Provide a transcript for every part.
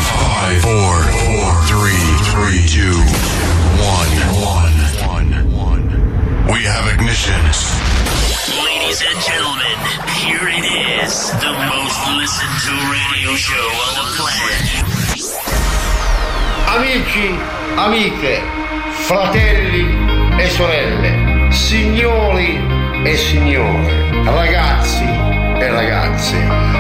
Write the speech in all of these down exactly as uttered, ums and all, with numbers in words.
five, four, four, three, three, two, one, one, one. We have ignition. Ladies and gentlemen, here it is, the most listened to radio show on the planet. Amici, amiche, fratelli e sorelle, signori e signore, ragazzi e ragazze.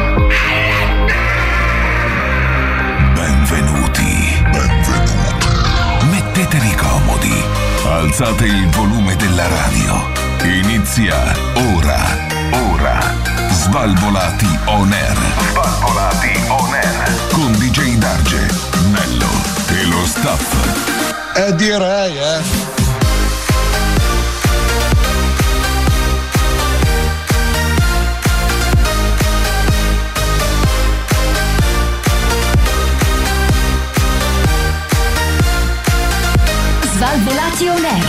Benvenuti. Benvenuti. Mettetevi comodi. Alzate il volume della radio. Inizia ora. Ora. Svalvolati on air. Svalvolati on air. Con D J Darge, Nello e lo staff. Eh direi, eh. Svalvolati on air.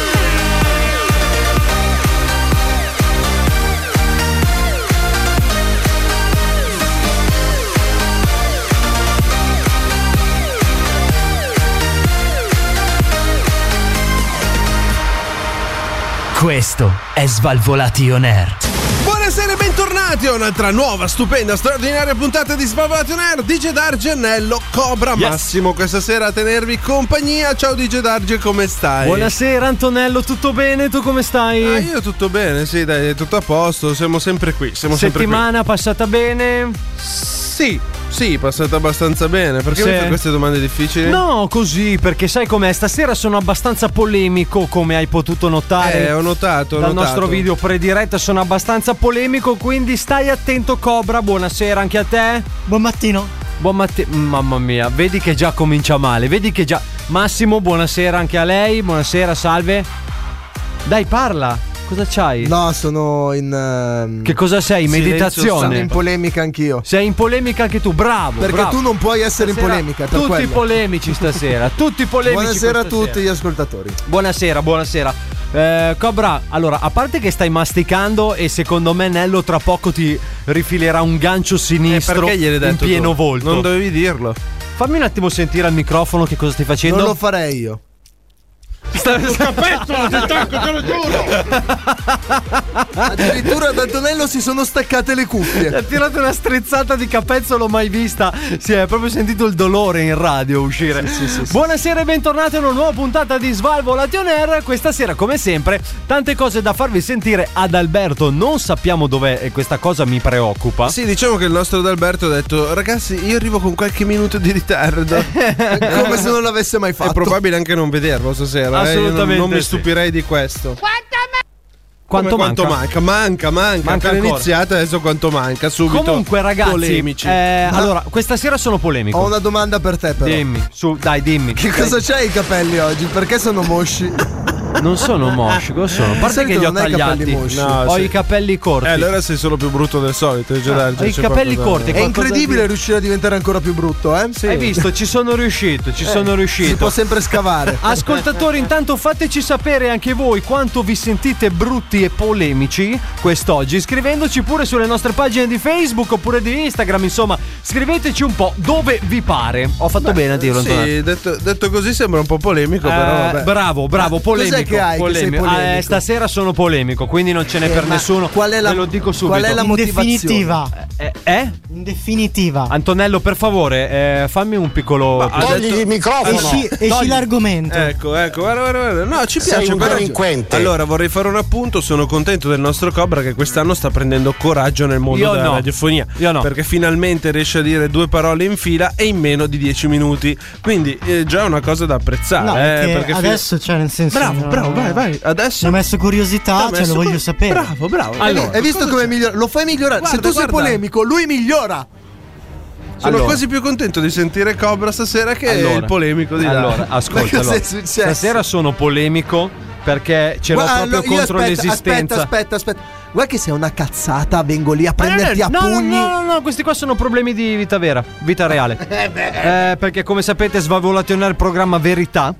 Questo è Svalvolati on air. Buonasera e bentornati a un'altra nuova, stupenda, straordinaria puntata di Svalvolati on air. D J Darge, Nello, Cobra, yes. Massimo questa sera a tenervi compagnia. Ciao D J Darge, come stai? Buonasera Antonello, tutto bene? Tu come stai? Ah, io tutto bene, sì, dai, tutto a posto, siamo sempre qui. Siamo Settimana sempre qui. Passata bene? Sì. Sì, passata abbastanza bene. Perché sì. Mi fai queste domande difficili? No, così, perché sai com'è? Stasera sono abbastanza polemico, come hai potuto notare. Eh, ho notato, ho Dal notato. nostro video prediretta sono abbastanza polemico, quindi stai attento Cobra, buonasera anche a te. Buon mattino. Buon mattino, mamma mia, vedi che già comincia male, vedi che già... Massimo, buonasera anche a lei, buonasera, salve. Dai, parla. Cosa c'hai? No, sono in... Uh, che cosa sei? In meditazione? Sono in polemica anch'io. Sei in polemica anche tu, bravo. Perché bravo. tu non puoi essere stasera in polemica. Per tutti quello. polemici stasera. Tutti polemici. Buonasera a tutti gli ascoltatori. Buonasera, buonasera. Eh, Cobra, allora, a parte che stai masticando e secondo me Nello tra poco ti rifilerà un gancio sinistro eh, perché gliel'hai detto in pieno tu? volto. Non dovevi dirlo. Fammi un attimo sentire al microfono che cosa stai facendo. Non lo farei io. Sta capezzolo, ti tocco, te lo giuro. Addirittura da Antonello si sono staccate le cuffie. Ha tirato una strizzata di capezzolo mai vista. Si è proprio sentito il dolore in radio uscire. Sì, sì, sì, Buonasera e bentornati a una nuova puntata di Svalvolati on air. Questa sera, come sempre, tante cose da farvi sentire. Ad Alberto non sappiamo dov'è e questa cosa mi preoccupa. Sì, diciamo che il nostro Adalberto ha detto: ragazzi, io arrivo con qualche minuto di ritardo. Come se non l'avesse mai fatto. È probabile anche non vederlo stasera. Assolutamente. Eh, non, non mi sì. stupirei di questo. Quanto manca? Quanto manca? Manca, manca. Manca appena ancora. iniziata, adesso quanto manca? Subito. Comunque, ragazzi, polemici. Eh, allora, questa sera sono polemico. Ho una domanda per te, però. Dimmi, su, dai, dimmi. Che cosa c'hai i capelli oggi? Perché sono mosci? Non sono mosci, cosa sono? A parte che li ho non hai tagliati. capelli mosci. No, ho sì. i capelli corti. Eh, allora sei solo più brutto del solito. Eh, Ah, ho i capelli corti. È incredibile di... riuscire a diventare ancora più brutto, eh? Sì. Hai visto? Ci sono riuscito, ci eh, sono riuscito. Si può sempre scavare. Ascoltatori, intanto fateci sapere anche voi quanto vi sentite brutti e polemici quest'oggi, scrivendoci pure sulle nostre pagine di Facebook oppure di Instagram. Insomma, scriveteci un po' dove vi pare. Ho fatto Beh, bene a dirlo. Sì, detto, detto così sembra un po' polemico, eh, però vabbè. Bravo, bravo, polemico. Cos'è che hai che sei polemico? Eh, stasera sono polemico, quindi non ce n'è Eh, per ma nessuno. qual è la, Ve lo dico subito. Qual è la In motivazione? definitiva. Eh? eh? In definitiva. Antonello, per favore, eh, fammi un piccolo. Ma ha detto- il microfono. Esci, esci Togli. l'argomento. Ecco, ecco, guarda, guarda, guarda. No, ci piace. Sei un però- delinquente. Allora, vorrei fare un appunto. Sono contento del nostro Cobra che quest'anno sta prendendo coraggio nel mondo Io della no. radiofonia. Io no. Perché finalmente riesce a dire due parole in fila e in meno di dieci minuti. Quindi è già una cosa da apprezzare. No, eh, perché perché fi- adesso, cioè, nel senso. Bravo, no, bravo, vai, vai. Adesso. Mi ha messo curiosità, T'ha cioè, messo lo voglio cur- sapere. Bravo, bravo. Allora, Hai visto come migliora? Lo fai migliorare. Guarda, Se tu sei guarda. polemico, lui migliora. Sono Allora. quasi più contento di sentire Cobra stasera che Allora. il polemico di Allora, là. ascolta. Ma cosa allora. è successo? Stasera sono polemico perché ce l'ho Guarda, proprio allora, io contro aspetta, l'esistenza. Aspetta, aspetta, aspetta. Guarda che sei una cazzata, vengo lì a Ma non è- prenderti a no, no, pugni. no, no, no, questi qua sono problemi di vita vera, vita reale. Eh, perché come sapete Svalvolati on air il programma Verità.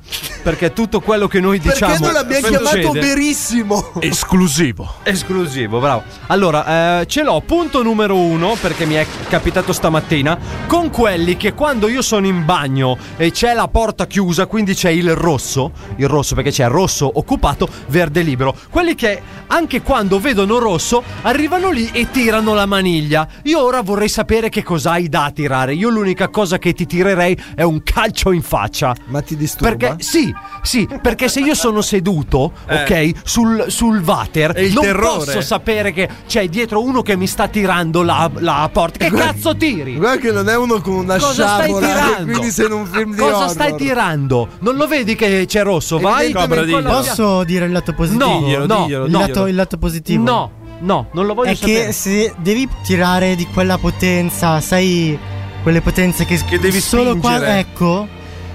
perché tutto quello che noi diciamo Perché noi l'abbiamo succede. chiamato verissimo. Esclusivo. Esclusivo, bravo. Allora, eh, ce l'ho, punto numero uno, perché mi è capitato stamattina, con quelli che quando io sono in bagno e c'è la porta chiusa, quindi c'è il rosso, il rosso perché c'è rosso occupato, verde libero. Quelli che anche quando vedono rosso arrivano lì e tirano la maniglia. Io ora vorrei sapere che cosa hai da tirare. Io l'unica cosa che ti tirerei è un calcio in faccia. Ma ti disturba? Perché sì, sì, perché se io sono seduto, Eh. ok, sul, sul water, È il non terrore. posso sapere che c'è dietro uno che mi sta tirando la, la porta. Che Guarda- cazzo tiri? Guarda che non è uno con una Cosa stai sciabola, tirando? quindi sei in un film di Cosa horror. stai tirando? Non lo vedi che c'è rosso? Vai. Evidentemente Cobra, Quello- diglielo. Posso dire il lato positivo? No, Diglielo, no, diglielo, il, diglielo. lato, il lato positivo. No, no, non lo voglio È sapere. che se devi tirare di quella potenza, sai, quelle potenze che, Che devi solo spingere. qua, ecco,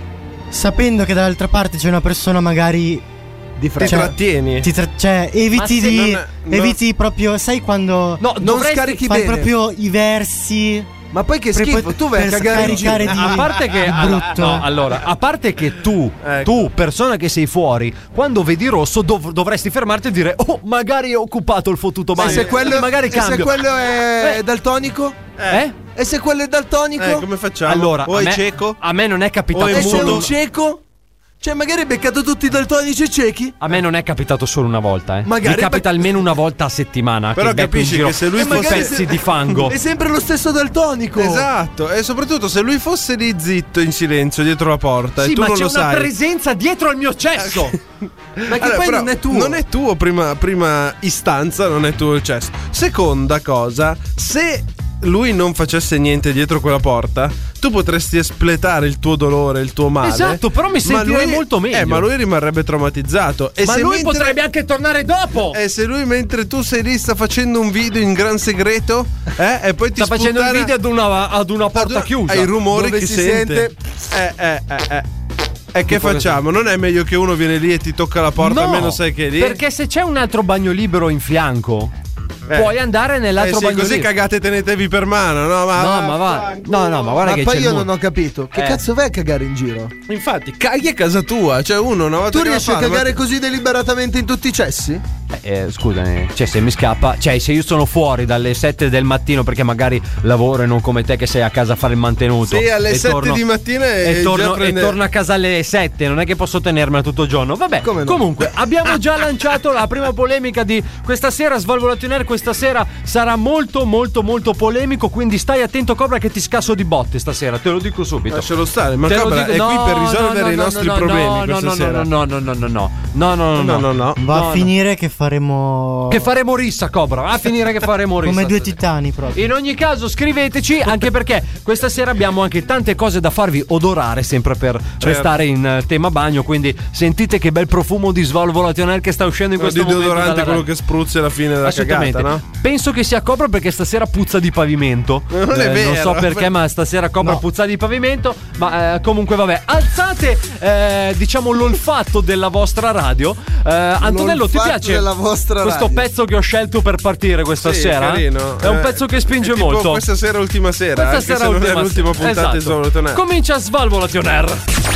sapendo che dall'altra parte c'è una persona magari Di Ti fretta. trattieni. ti tra- cioè eviti Ma se di non è- no. eviti proprio, sai quando No, Non dovresti scarichi fai bene. proprio i versi Ma poi che per schifo, pot- tu vai a per cagare in giro. scaricare di A parte che di brutto. no, allora, a parte che tu, Ecco. tu, persona che sei fuori, quando vedi rosso dov- dovresti fermarti e dire: "Oh, magari ho occupato il fottuto E bagno". se quello, magari e se cambio. quello è Eh. daltonico? Eh? E se quello è daltonico? Eh, come facciamo? Allora, o a è me, cieco? a me non è capitato O è E se è solo un cieco? Cioè magari hai beccato tutti i daltonici e ciechi? A me non è capitato solo una volta, eh. Magari Mi capita be- almeno una volta a settimana. Però che becco in capisci giro che se lui due fosse- pezzi di fango. È sempre lo stesso daltonico. Esatto, e soprattutto se lui fosse lì zitto in silenzio dietro la porta Sì, e tu ma non c'è lo una sai. presenza dietro al mio cesso. Ma che Allora, poi però, non è tuo. Non è tuo, prima, prima istanza, non è tuo il cesso. Seconda cosa, se lui non facesse niente dietro quella porta, tu potresti espletare il tuo dolore, il tuo male. Esatto, però mi ma sentirei lui- molto meglio. Eh, ma lui rimarrebbe traumatizzato. E Ma se lui mentre- potrebbe anche tornare dopo. E se lui mentre tu sei lì sta facendo un video in gran segreto, eh, e poi ti Sta facendo il sputtana- video ad una, ad una ad porta una- chiusa. ai rumori dove che si sente. Eh, eh, eh, eh. E che Tipo facciamo? Non è meglio che uno viene lì e ti tocca la porta, No, almeno sai che è lì? perché se c'è un altro bagno libero in fianco, Eh. puoi andare nell'altro Eh sì, bagno così libero. cagate e tenetevi per mano, no? Ma No, ma va. No, no, ma guarda Ma che poi c'è io il non mu- ho capito. Che Eh. cazzo vai a cagare in giro? Infatti, caghi a casa tua. Cioè, uno una volta Tu che riesci la a fa, cagare ma- così deliberatamente in tutti i cessi? Eh, scusami, cioè se mi scappa, cioè se io sono fuori dalle sette del mattino perché magari lavoro e non come te che sei a casa a fare il mantenuto. Sì, alle e sette torno- di mattina e, E torno, già prende- e torno a casa alle sette, non è che posso tenermela tutto il giorno. Vabbè, Come no? comunque abbiamo già lanciato la prima polemica di questa sera. Svalvolation Air questa sera sarà molto molto molto polemico, quindi stai attento Cobra che ti scasso di botte stasera, te lo dico subito. Lascialo stare, ma Te lo Cobra dico- è qui no, per no, risolvere no, i no, nostri no, problemi no, questa no, sera. no, no, no, no, no, no, no, no, no, no, no. va No, a no. finire che faremo Che faremo rissa, Cobra. A finire che faremo rissa. come due stasera. titani proprio. In ogni caso, scriveteci, anche perché questa sera abbiamo anche tante cose da farvi odorare, sempre per restare in eh, tema bagno. Quindi sentite che bel profumo di Svalvolation Air che sta uscendo in Quello questo di momento. deodorante, dalla quello radio. che spruzzi alla fine della Assolutamente. cagata, no? Penso che sia Cobra perché stasera puzza di pavimento. Non è Eh, non vero. so perché, ma stasera Cobra No. puzza di pavimento. Ma eh, comunque, vabbè, alzate eh, diciamo l'olfatto della vostra radio. Eh, Antonello, ti L'olfatto piace della vostra questo radio. pezzo che ho scelto per partire questa Sì, sera? carino. È un Eh, pezzo che spinge è tipo molto. Questa sera è ultima sera, Questa anche sera se non ultima è l'ultima sera. puntata di Esatto. Svalvolation Air. Comincia Svalvolation Air.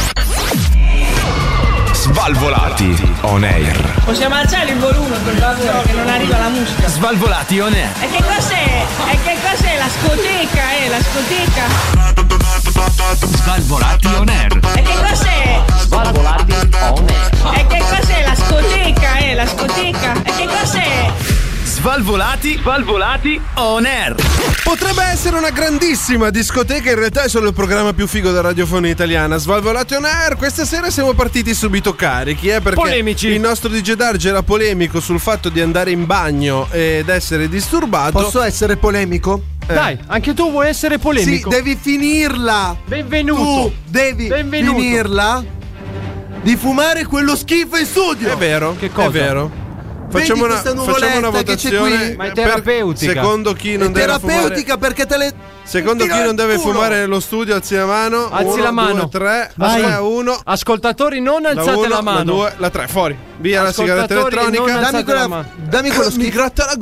Svalvolati on air. Possiamo alzare il volume per favore che non arriva la musica. Svalvolati on air. E che cos'è? E che cos'è la scoteca, eh? La scoteca? Svalvolati on air. E che cos'è? Svalvolati on air. E che cos'è la scoteca, eh? La scoteca? E che cos'è? Svalvolati, svalvolati on air. Potrebbe essere una grandissima discoteca, in realtà è solo il programma più figo della radiofonia italiana. Svalvolation Air, questa sera siamo partiti subito carichi, eh, perché Polemici. il nostro D J Darge era polemico sul fatto di andare in bagno ed essere disturbato. Posso essere polemico? Dai, anche tu vuoi essere polemico? Sì, devi finirla. Benvenuto. Tu devi Benvenuto. finirla di fumare quello schifo in studio. È vero, Che cosa? è vero. Vedi Facciamo una, questa facciamo una nuvoletta che c'è votazione. qui? Ma è per- terapeutica. Secondo chi non È deve fumare. terapeutica perché te le Secondo Tira chi non il deve culo. fumare nello studio, alzi la mano. Alzi Uno, la mano. Due, tre. Vai. Aspetta, uno. Ascoltatori, non La alzate uno, la mano. la due, la tre. Fuori. Via la sigaretta Ascoltatori, elettronica. non dammi alzate la quella mano. dammi quello Mi schifo. gratta la gola.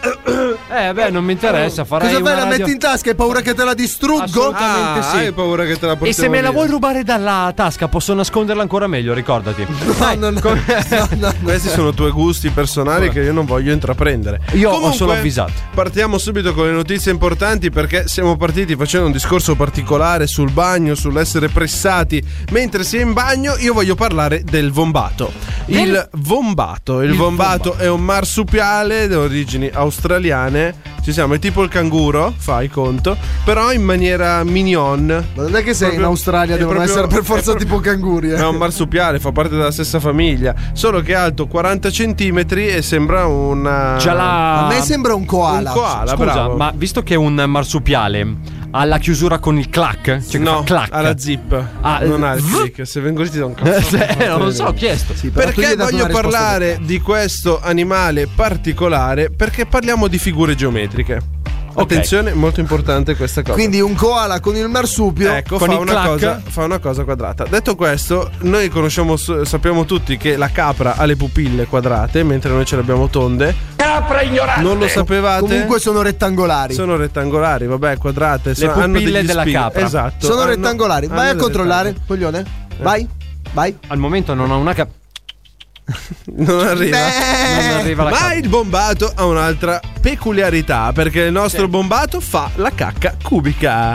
Eh, beh, non mi interessa. Farai Cosa fai? una La radio- metti in tasca? Hai paura che te la distruggo? Assolutamente Ah, sì. hai paura che te la E portiamo se me la via. vuoi rubare dalla tasca, posso nasconderla ancora meglio, ricordati. No, no, no. Com- No, no, no. Questi sono tuoi gusti personali che io non voglio intraprendere. Io ho Comunque, solo avvisato. Partiamo subito con le notizie importanti perché siamo partiti facendo un discorso particolare sul bagno, sull'essere pressati mentre si è in bagno. Io voglio parlare del vombato. Il vombato, il, Il vombato è un marsupiale di origini australiane. Ci siamo, è tipo il canguro, fai conto, però in maniera mignon. Ma non è che sei Proprio- in Australia, è devono proprio- essere per è forza proprio- tipo canguri. Eh. È un marsupiale, fa parte della stessa famiglia, solo che è alto quaranta centimetri e sembra una... C'ha la... A me sembra un koala. Un koala, Scusa, bravo. ma visto che è un marsupiale ha la chiusura con il clack? Cioè che No, fa clack. ha la zip, Ah, non ha il v- click. Se vengo lì ti do un cazzo. Eh, non lo so, ho chiesto. Sì, però tu gli Perché hai dato voglio una risposta parlare di questo animale particolare? Perché parliamo di figure geometriche. Ok. Attenzione, molto importante questa cosa. Quindi un koala con il marsupio. Ecco, con fa il una, clack. cosa, fa una cosa quadrata. Detto questo, noi conosciamo, sappiamo tutti che la capra ha le pupille quadrate, mentre noi ce le abbiamo tonde. Capra ignorante! Non lo sapevate? Comunque sono rettangolari. Sono rettangolari, vabbè, quadrate. sono- hanno pupille degli della spigoli. capra. Esatto. Sono hanno- rettangolari. Vai hanno a delle controllare, rettangoli. coglione. Vai, vai. Al momento non ho una cap- Non arriva. non arriva la Ma cap- il bombato ha un'altra peculiarità, perché il nostro bombato fa la cacca cubica.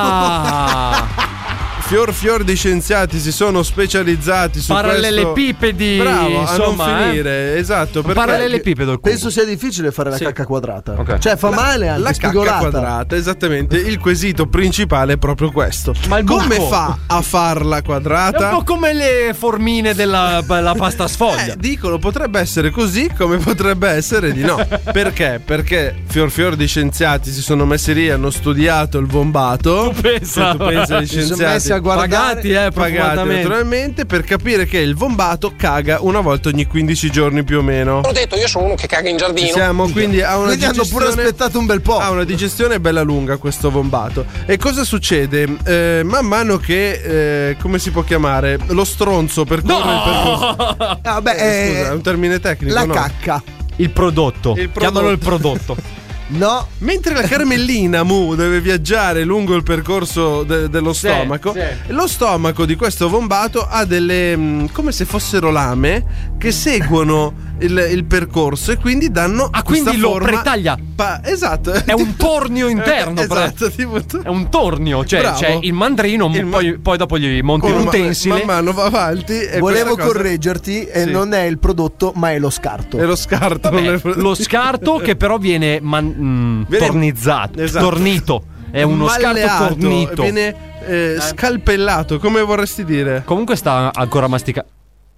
Ah! Fior fior di scienziati si sono specializzati su Parallelepipedi, questo. Bravo, insomma, a non eh. finire, esatto. perché- Parallelepipedo il cubo. Penso sia difficile fare la Sì. cacca quadrata. Ok. Cioè, fa male anche La cacca spigolata. quadrata, esattamente. Il quesito principale è proprio questo. Ma il Come buco? fa a farla È un quadrata? po' come le formine della la pasta sfoglia. Eh, dicono potrebbe essere così come potrebbe essere di no. Perché? Perché fior fior di scienziati si sono messi lì, hanno studiato il vombato. Tu pensa? Se tu pensi agli Si sono scienziati messi a guardare. Pagati, eh, pagati profondamente. naturalmente per capire che il vombato caga una volta ogni quindici giorni più o meno. Ho detto, io sono uno che caga in Ci giardino. siamo, quindi ha una Quindi hanno pure digestione- aspettato un bel po'. Ha una digestione bella lunga questo vombato. E cosa succede? Eh, man mano che eh, come si può chiamare? Lo stronzo percorre il percorso. Ah, vabbè, Eh, eh, scusa, è un termine tecnico. la no? cacca. Il prodotto. Il prodotto. Chiamalo il prodotto. No. Mentre la Carmellina Mu deve viaggiare lungo il percorso de- dello Sì, stomaco, sì. lo stomaco di questo vombato ha delle mh, come se fossero lame che seguono il, il percorso e quindi danno Ah, questa quindi lo forma pretaglia. pa- esatto. È un tornio interno. Esatto, tipo tu- È un tornio. Cioè Bravo. c'è il mandrino, Il ma- poi, poi dopo gli monti Come un ma- utensile. man mano va avanti e Volevo questa cosa- correggerti, e Sì. non è il prodotto, ma è lo scarto. è lo scarto. Vabbè, non è- lo scarto che però viene, man- mm, Viene- tornizzato, esatto. tornito. È uno scarto malleato, tornito. viene eh, scalpellato, come vorresti dire? Comunque sta ancora masticando.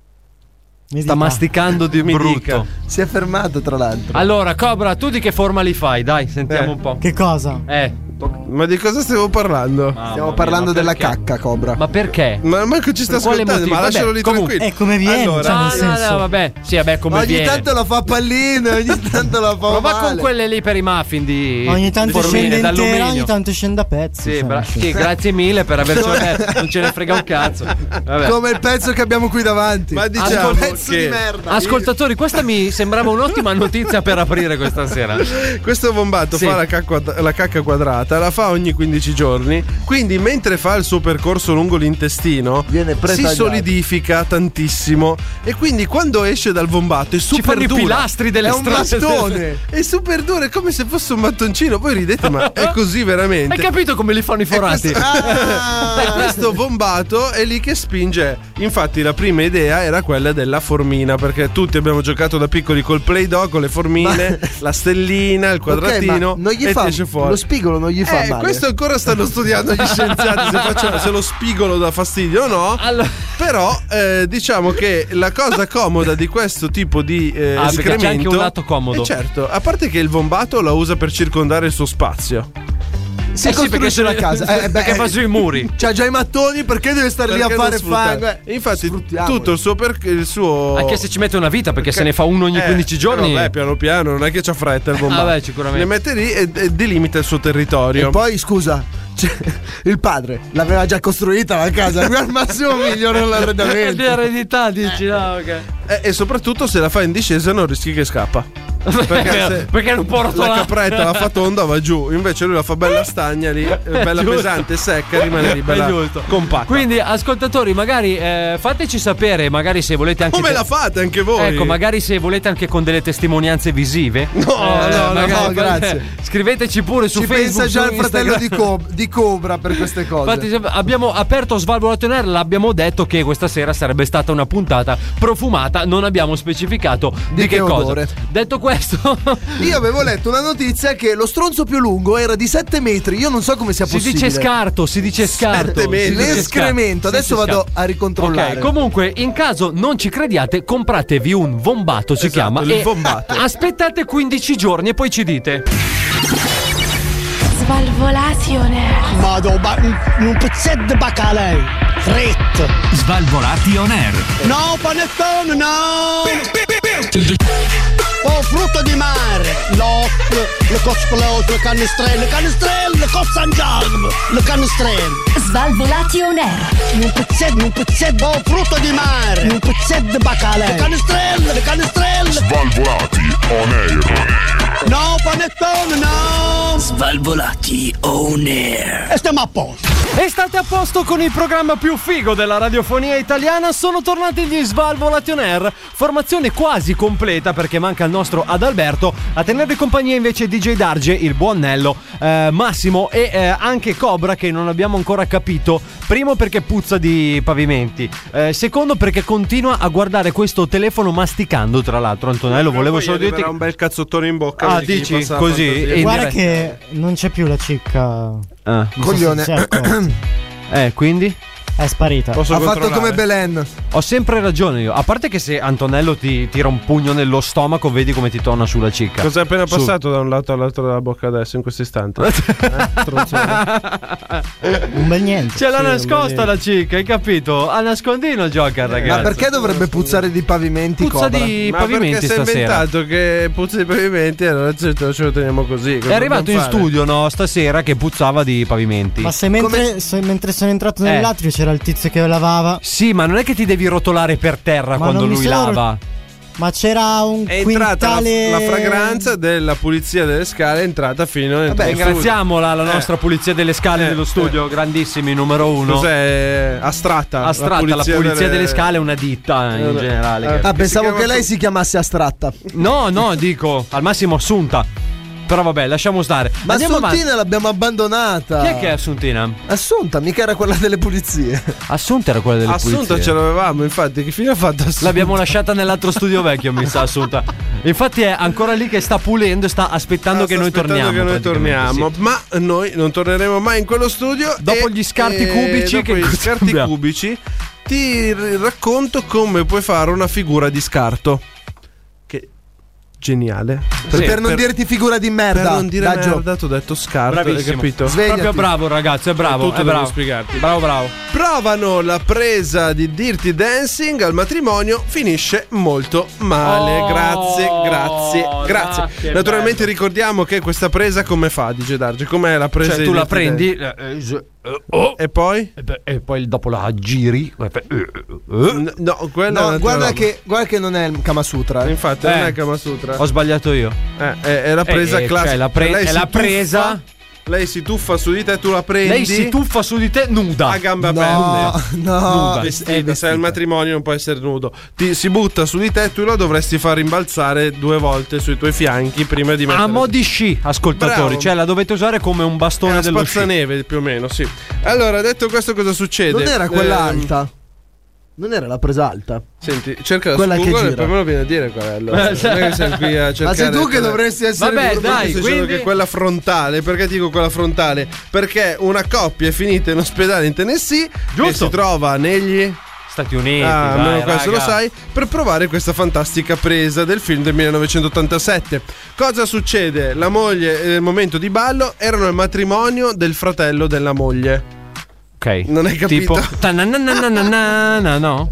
Mi Sta dica. masticando di Mi brutto. dica. Si è fermato, tra l'altro. Allora, Cobra, tu di che forma li fai? Dai, sentiamo Eh. un po'. Che cosa? Eh, Ma di cosa stiamo parlando? mamma Stiamo mia, parlando ma della perché? cacca, Cobra. Ma perché? Ma manco ci sta Per quale ascoltando, motivo? ma lascialo Vabbè, lì comunque- tranquillo. È come viene, Allora, cioè, No, nel no, senso. no, vabbè. Sì, vabbè, come ogni viene. tanto la fa palline, ogni tanto la fa Ma va male. con quelle lì per i muffin di Ogni tanto di formine scende intera, d'alluminio. ogni tanto scende a pezzi. Sì, cioè, bra- sì. sì, grazie mille per averci aperto. Non ce ne frega un cazzo. Vabbè. Come il pezzo che abbiamo qui davanti. Ma diciamo Un pezzo che di merda. Ascoltatori, questa mi sembrava un'ottima notizia per aprire questa sera. questo vombato Sì. fa la cacca, la cacca quadrata, la fa ogni quindici giorni. Quindi, mentre fa il suo percorso lungo l'intestino, Viene si pretagliato. solidifica tantissimo. E quindi, quando esce dal vombato, è Ci super fanno i dura. pilastri delle È un strade. bastone. È super duro, è come se fosse un mattoncino. Voi ridete, ma è così veramente. Hai capito come li fanno i forati? Ah! E questo vombato è lì che spinge. Infatti, la prima idea era quella della formina, perché tutti abbiamo giocato da piccoli col Play-Doh, con le formine, la stellina, il quadratino. Ok, ma non gli e fa ti esce fuori. lo spigolo non gli fa Eh, male. questo ancora stanno studiando gli scienziati se, faccio- se lo spigolo dà fastidio o no. Allora- Però eh, diciamo che la cosa comoda di questo tipo di eh, Ah, perché c'è escremento, anche un lato comodo. Eh, certo, a parte che il vombato la usa per circondare il suo spazio. si Eh sì, costruisce perché la se- casa. Eh, beh, perché fa sui muri. C'ha già i mattoni, perché deve stare lì Perché a non fare sfruttare? fango? E infatti Sfruttiamoli. tutto il suo, per- il suo Anche se ci mette una vita, perché se ne fa uno ogni Eh, quindici giorni. Vabbè, piano piano, non è che c'ha fretta il bombato. Vabbè, sicuramente. Le mette lì e, e delimita il suo territorio. E poi scusa, cioè, il padre l'aveva già costruita la casa, lui al massimo migliora Di l'arredamento. eredità, dici, no, ok. E, e soprattutto se la fa in discesa non rischi che scappa. Perché, se Perché non può la rotolare. capretta l'ha fatto onda va giù, invece lui la fa bella stagna lì, bella Giusto. pesante, secca, rimane lì bella È giusto. compatta. Quindi, ascoltatori, magari eh, fateci sapere, magari se volete anche. Come la fate anche voi? Ecco, magari se volete anche con delle testimonianze visive. No, no, no, magari- no, grazie. Scriveteci pure su Ci Facebook. pensa già su il fratello Instagram. di, Co- di Cobra per queste cose. Infatti, abbiamo aperto Svalvolato On Air, l'abbiamo detto che questa sera sarebbe stata una puntata profumata, non abbiamo specificato di, Di che, che cosa. odore. Detto questo, Io avevo letto una notizia che lo stronzo più lungo era di sette metri. Io non so come sia si possibile. dice scarto, si dice scarto. Sette metri. si dice L'escremento. scarto. Adesso Sì, sì, vado scarto. a ricontrollare. Ok, comunque, in caso non ci crediate, compratevi un vombato, si Esatto, chiama. il e vombato. aspettate quindici giorni e poi ci dite. Svalvolati On Air. Vado ba- un, un pezzetto di baccalà fritto. Svalvolati On Air. No panettone, no. Oh, frutto di mare, l'occhio, le cosplose, le canestrelle, le canestrelle, le cozzangiarme, le canestrelle. Svalvolati On Air. Un pezzetto, un pezzetto, oh, frutto di mare, un pezzetto di baccalà. Le canestrelle, le canestrelle. Svalvolati On Air. No panettone, no. Svalvolati On Air. E stiamo a posto. E state a posto con il programma più figo della radiofonia italiana. Sono tornati gli Svalvolati On Air. Formazione quasi completa perché manca il nostro Adalberto. A tenervi compagnia invece D J Darge, il buon Nello, eh, Massimo e eh, anche Cobra, che non abbiamo ancora capito. Primo perché puzza di pavimenti, eh, secondo perché continua a guardare questo telefono masticando. Tra l'altro, Antonello, volevo solo dirti un bel cazzottone in bocca. Ah, vedi chi dici? passa la Così? fantasia. E- in Guarda diretta. che non c'è più la cicca. Ah. Non so Coglione. se si è accorto. Eh, quindi? È sparita. Posso Ha fatto controllare? come Belen. Ho sempre ragione io. A parte che se Antonello ti tira un pugno nello stomaco, vedi come ti torna sulla cicca. Cos'è appena Su. passato da un lato all'altro della bocca adesso in questo istante? Eh, stronzone. Un bel niente. Ce l'ha Sì, nascosta non la cicca, hai capito? A nascondino gioca, ragazzi. Ma perché dovrebbe puzzare di pavimenti? Puzza Cobra? di Ma pavimenti perché si è stasera. inventato che puzza di pavimenti, allora ce lo ce lo teniamo così. È arrivato in studio, no, stasera che puzzava di pavimenti. Ma se mentre, se mentre sono entrato Eh. nell'atrio c'era il tizio che lavava. Sì, ma non è che ti devi rotolare per terra Ma quando non mi lui sono- lava. Ma c'era un È entrata la, quintale. la fragranza della pulizia delle scale, è entrata fino nel tuo studio. Ringraziamola la nostra pulizia delle scale Eh, dello studio, grandissimi, numero uno. Cos'è? Astratta. Astratta, la pulizia, delle... scale è una ditta in Eh, generale. eh, che- Ah, pensavo si chiama che lei co- si chiamasse Astratta. No, no, dico, al massimo Assunta. Però vabbè, lasciamo stare. Ma Andiamo Assuntina avanti. l'abbiamo abbandonata. Chi è che è Assuntina? Assunta, mica era quella delle pulizie. Assunta era quella delle Assunta pulizie. ce l'avevamo, infatti. Che fine ha fatto Assunta? L'abbiamo lasciata nell'altro studio vecchio, mi sa, Assunta. Infatti è ancora lì che sta pulendo e sta aspettando Ah, che sta noi aspettando torniamo. che noi praticamente, torniamo. sì. Ma noi non torneremo mai in quello studio. Dopo e- gli scarti e cubici, dopo che gli cosa scarti abbiamo? cubici ti r- racconto come puoi fare una figura di scarto. Che geniale. Per, per non dirti figura di merda. Per non dire Daggio. merda, ti ho detto scarto, hai Bravissimo. capito? Svegliati. Proprio bravo, ragazzo, è bravo. Tutto è devo bravo. spiegarti. Bravo, bravo. Provano la presa di Dirty Dancing al matrimonio, finisce molto male. Oh, grazie, grazie, grazie. ah, che Naturalmente bello. ricordiamo che questa presa come fa, D J Darge? Com'è la presa Cioè, di tu la Dirty prendi Dancing? eh, eh, s- eh, oh, E poi? e, beh, e poi dopo la giri. eh, eh, eh, N- No, quella è No, un'altra guarda roba. che, guarda che non è il Kama Sutra. eh. Infatti Eh. non è Kama Sutra. Ho sbagliato io. Eh, è, è la presa Eh, eh, classica. cioè, la pre- Lei è si la tuffa- presa- Lei si tuffa su di te, tu la prendi. Lei si tuffa su di te nuda. a gambe No, aperte. no. Nuda. Vestita, È se vestita. è il matrimonio non può essere nudo. Ti, si butta su di te e tu lo dovresti far rimbalzare due volte sui tuoi fianchi prima di mettere. A mo' di sci, ascoltatori. Bravo. Cioè, la dovete usare come un È bastone una dello sci. spazzaneve più o meno, sì. Allora, detto questo, cosa succede? Non era quella Ehm, alta. Non era la presa alta. Senti, cerca Quella su che Google e gira. poi me lo viene a dire qual è. Allora. Eh, sì. Non è che sei qui a cercare. Ma sei tu che quella- dovresti essere Vabbè, più- dai, Sto dicendo quindi- che quella frontale, perché dico quella frontale? Perché una coppia è finita in ospedale in Tennessee Giusto. e si trova negli Stati Uniti. ah, vai, almeno questo lo raga. sai, per provare questa fantastica presa del film del millenovecentottantasette. Cosa succede? La moglie nel momento di ballo erano al matrimonio del fratello della moglie. Ok. Non hai capito? Tipo. Ta-na-na-na-na-na-na, no?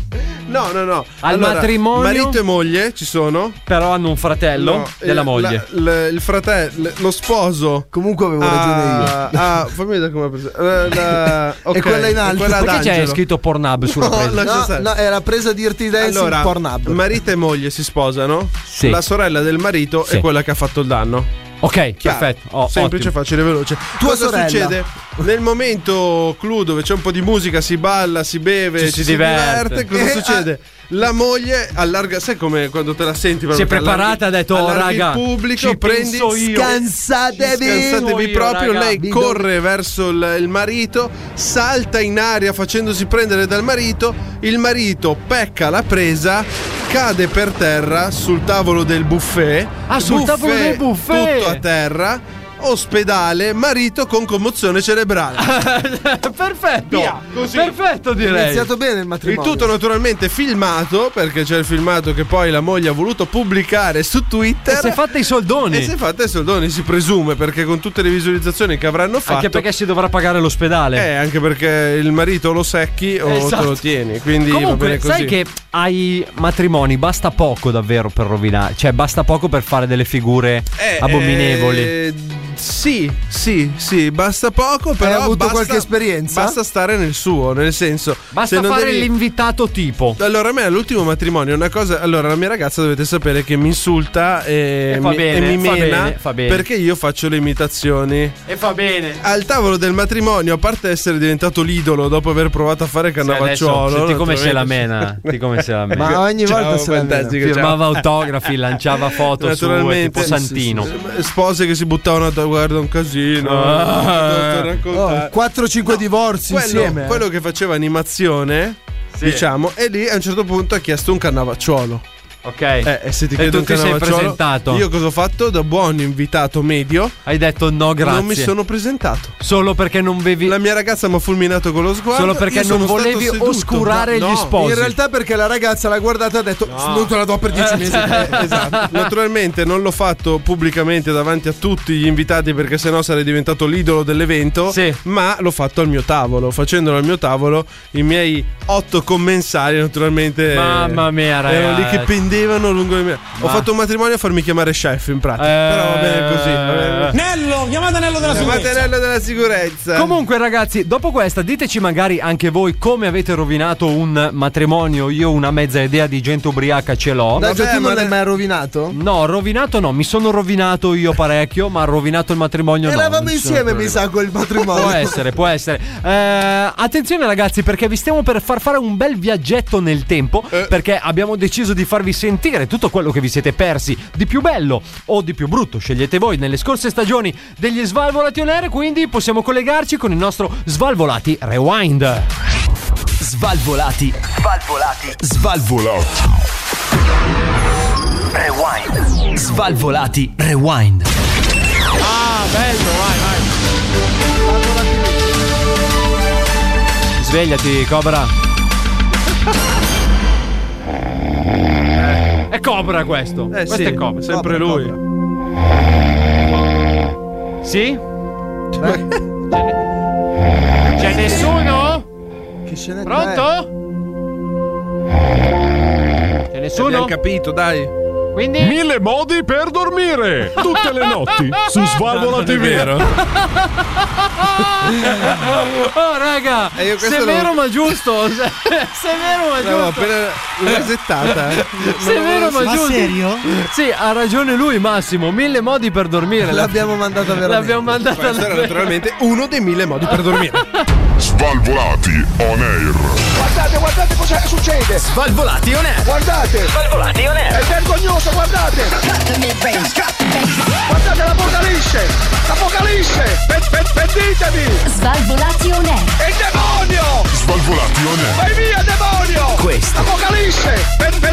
No, no, no. Al Allora, matrimonio. Marito e moglie ci sono. Però hanno un fratello No, della il- moglie. la- l- il fratello, lo sposo. Comunque avevo ragione io. Ah, fammi vedere come ha preso. La- la- ok, E quella in alto. quella Perché c'è d'Angelo. scritto Pornhub sulla No, presa? lascia No, stare. no, era presa Dirty Dancing Allora, Pornhub. marito e moglie si sposano. Sì. La sorella del marito Sì. è quella che ha fatto il danno. Ok, Chiaro. perfetto. Oh, Semplice, ottimo. facile, veloce. Tua Cosa sorella. succede? Nel momento clou dove c'è un po' di musica, si balla, si beve, Ci ci, si si diverte. diverte. Cosa Eh, succede? La moglie allarga, sai come quando te la senti? Si è proprio che preparata, ha detto, oh, allarghi raga, il pubblico, ci prendi, penso io. Scansatevi. Scansatevi io, proprio, raga. lei Vi corre verso il, il marito, salta in aria facendosi prendere dal marito, il marito pecca la presa, cade per terra sul tavolo del buffet. Ah, sul tavolo del buffet. Tutto a terra. Ospedale, marito con commozione cerebrale. Perfetto. Via, così. Perfetto, È direi. iniziato bene il Il matrimonio. tutto naturalmente filmato, perché c'è il filmato che poi la moglie ha voluto pubblicare su Twitter. E si è fatta i soldoni. E si è fatta i soldoni, si presume, perché con tutte le visualizzazioni che avranno fatto. Anche perché si dovrà pagare l'ospedale. Eh, anche perché il marito lo secchi o Esatto. te lo tieni. Quindi va Comunque, bene così. sai che ai matrimoni basta poco davvero per rovinare. Cioè, basta poco per fare delle figure Eh, abominevoli. eh, sì, sì, sì, basta poco, però avuto basta, qualche esperienza? Basta stare nel suo, nel senso. Basta se non fare devi- l'invitato tipo. Allora, a me all'ultimo matrimonio una cosa. Allora, la mia ragazza dovete sapere che mi insulta e, E fa mi, bene, e mi fa mena bene, fa bene. perché io faccio le imitazioni. E fa bene. Al tavolo del matrimonio, a parte essere diventato l'idolo dopo aver provato a fare Cannavacciuolo. Senti come se la naturalmente- mena. Senti come se la mena. Ma ogni Ciao, volta se la mena. fantastico, ciao. Firmava autografi, lanciava foto su tipo Santino. Spose che si buttavano a guarda un casino. Ah. Oh, quattro cinque divorzi quello, insieme. quello che faceva animazione, Sì. diciamo, e lì a un certo punto ha chiesto un Cannavacciuolo. Ok. Eh, e se ti E chiedo tu un ti sei Cannavacciuolo, presentato. io cosa ho fatto? Da buon invitato medio, Hai detto no, grazie. non mi sono presentato. Solo perché non bevi. La mia ragazza mi ha fulminato con lo sguardo. Solo perché io sono non stato volevi seduto. oscurare No, gli no. sposi. In realtà perché la ragazza l'ha guardata e ha detto non te la do per dieci mesi. Eh, esatto. Naturalmente non l'ho fatto pubblicamente davanti a tutti gli invitati perché sennò sarei diventato l'idolo dell'evento. Sì. Ma l'ho fatto al mio tavolo. Facendolo al mio tavolo, i miei otto commensali, naturalmente. Mamma mia, ragazzi. Erano lì che pendevano lungo le mie. Ho fatto un matrimonio a farmi chiamare chef in pratica. Eh. Però va bene così. Va bene. Nello, chiamate Nello della Chiamate sicurezza. Nello della sicurezza. Comunque, ragazzi, dopo questa, diteci magari anche voi come avete rovinato un matrimonio. Io una mezza idea di gente ubriaca ce l'ho. Dai, Vabbè, tu ma non l'hai ne- mai rovinato? No, rovinato no, mi sono rovinato io parecchio, ma rovinato il matrimonio no. Eravamo non ci sono insieme, mi problemi. sa, col matrimonio. Può essere, può essere. Eh, attenzione ragazzi, perché vi stiamo per far fare un bel viaggetto nel tempo, Eh. perché abbiamo deciso di farvi sentire tutto quello che vi siete persi di più bello o di più brutto, scegliete voi, nelle scorse stagioni degli Svalvolati On Air, quindi possiamo collegarci con il nostro Svalvolati Rewind. Svalvolati. Svalvolati. Svalvolati. Rewind. Svalvolati Rewind. Ah, bello, vai, vai. Svegliati, Cobra. È Cobra questo. Eh questo sì, è Cobra. sempre Cobra, lui. Sì? C'è nessuno? Che scena Pronto? C'è nessuno? Abbiamo capito, dai. Quindi? Mille modi per dormire tutte le notti su Svalvola Non è T V. vero. Oh raga, Eh, io questo severo lo- ma giusto. Se- Severo ma L'avevo giusto. appena resettata. eh. Severo ma Ma giusto. serio? Sì, ha ragione lui Massimo. Mille modi per dormire. L'abbiamo mandata veramente. L'abbiamo mandata Questo era naturalmente uno dei mille modi per dormire. Svalvolati on air. Guardate, guardate cosa succede! Svalvolati On Air. Guardate! Svalvolati On Air. È vergognoso, guardate! Guardate l'apocalisse! L'apocalisse! Pe- pe- Pentitevi! Svalvolati On Air. È il demonio! Svalvolati on air. Vai via, demonio! Questo. Apocalisse! Pe- pe- pe-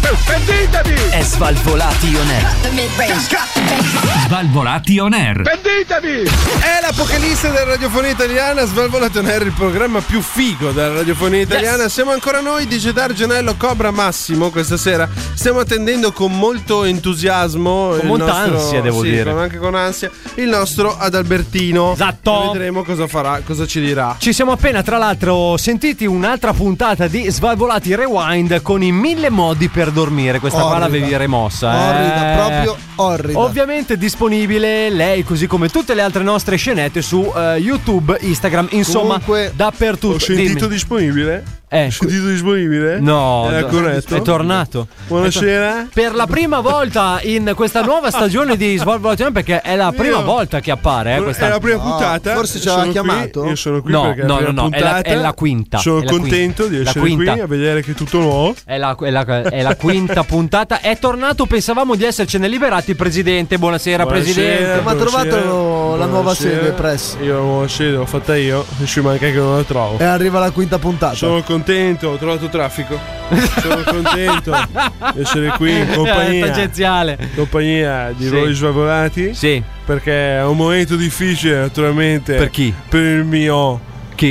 Pentitevi! È Svalvolati On Air. Svalvolati On Air. Pentitevi! È l'apocalisse della radiofonia italiana. Svalvolati On Air, il programma più figo della radiofonia italiana. Yes. Siamo ancora noi, D J Darge, Nello, Cobra, Massimo. Questa sera stiamo attendendo con molto entusiasmo, con il molta nostro, ansia, devo sì, dire, con, anche con ansia, il nostro Adalbertino. Esatto. Vedremo cosa farà, cosa ci dirà. Ci siamo appena, tra l'altro, sentiti un'altra puntata di Svalvolati Rewind con i mille modi per dormire. Questa Orrida. qua l'avevi rimossa. Orrida, eh. proprio orrida. Ovviamente disponibile lei, così come tutte le altre nostre scenette su uh, YouTube, Instagram, insomma, Comunque, dappertutto. Ho sentito Dimmi. disponibile? Eh, Ho sentito disponibile? No, Era d- corretto? è tornato. Buonasera. Per la prima volta in questa nuova stagione di Svalvolati On Air, perché è la prima Io- volta che appare. Eh, questa... È la prima No, puntata. forse ci aveva Sono qui, chiamato? Io sono qui No, perché è no, la prima no, no, è la- puntata. è la quinta. Sono È la contento quinta. di La essere quinta. qui a vedere che è tutto nuovo. È la, è, la, è la quinta puntata. È tornato, pensavamo di essercene liberati. Presidente, buonasera, Buonasera, Presidente. Ma ha buonasera, trovato la nuova buonasera. sede, Press? Io la nuova sede l'ho fatta io. E ci manca che non la trovo. E arriva la quinta puntata. Sono contento, ho trovato traffico. Sono contento di essere qui in compagnia, Tangenziale. in compagnia di Sì. voi Svalvolati. Sì. Perché è un momento difficile, naturalmente. Per chi? Per il mio. Chi?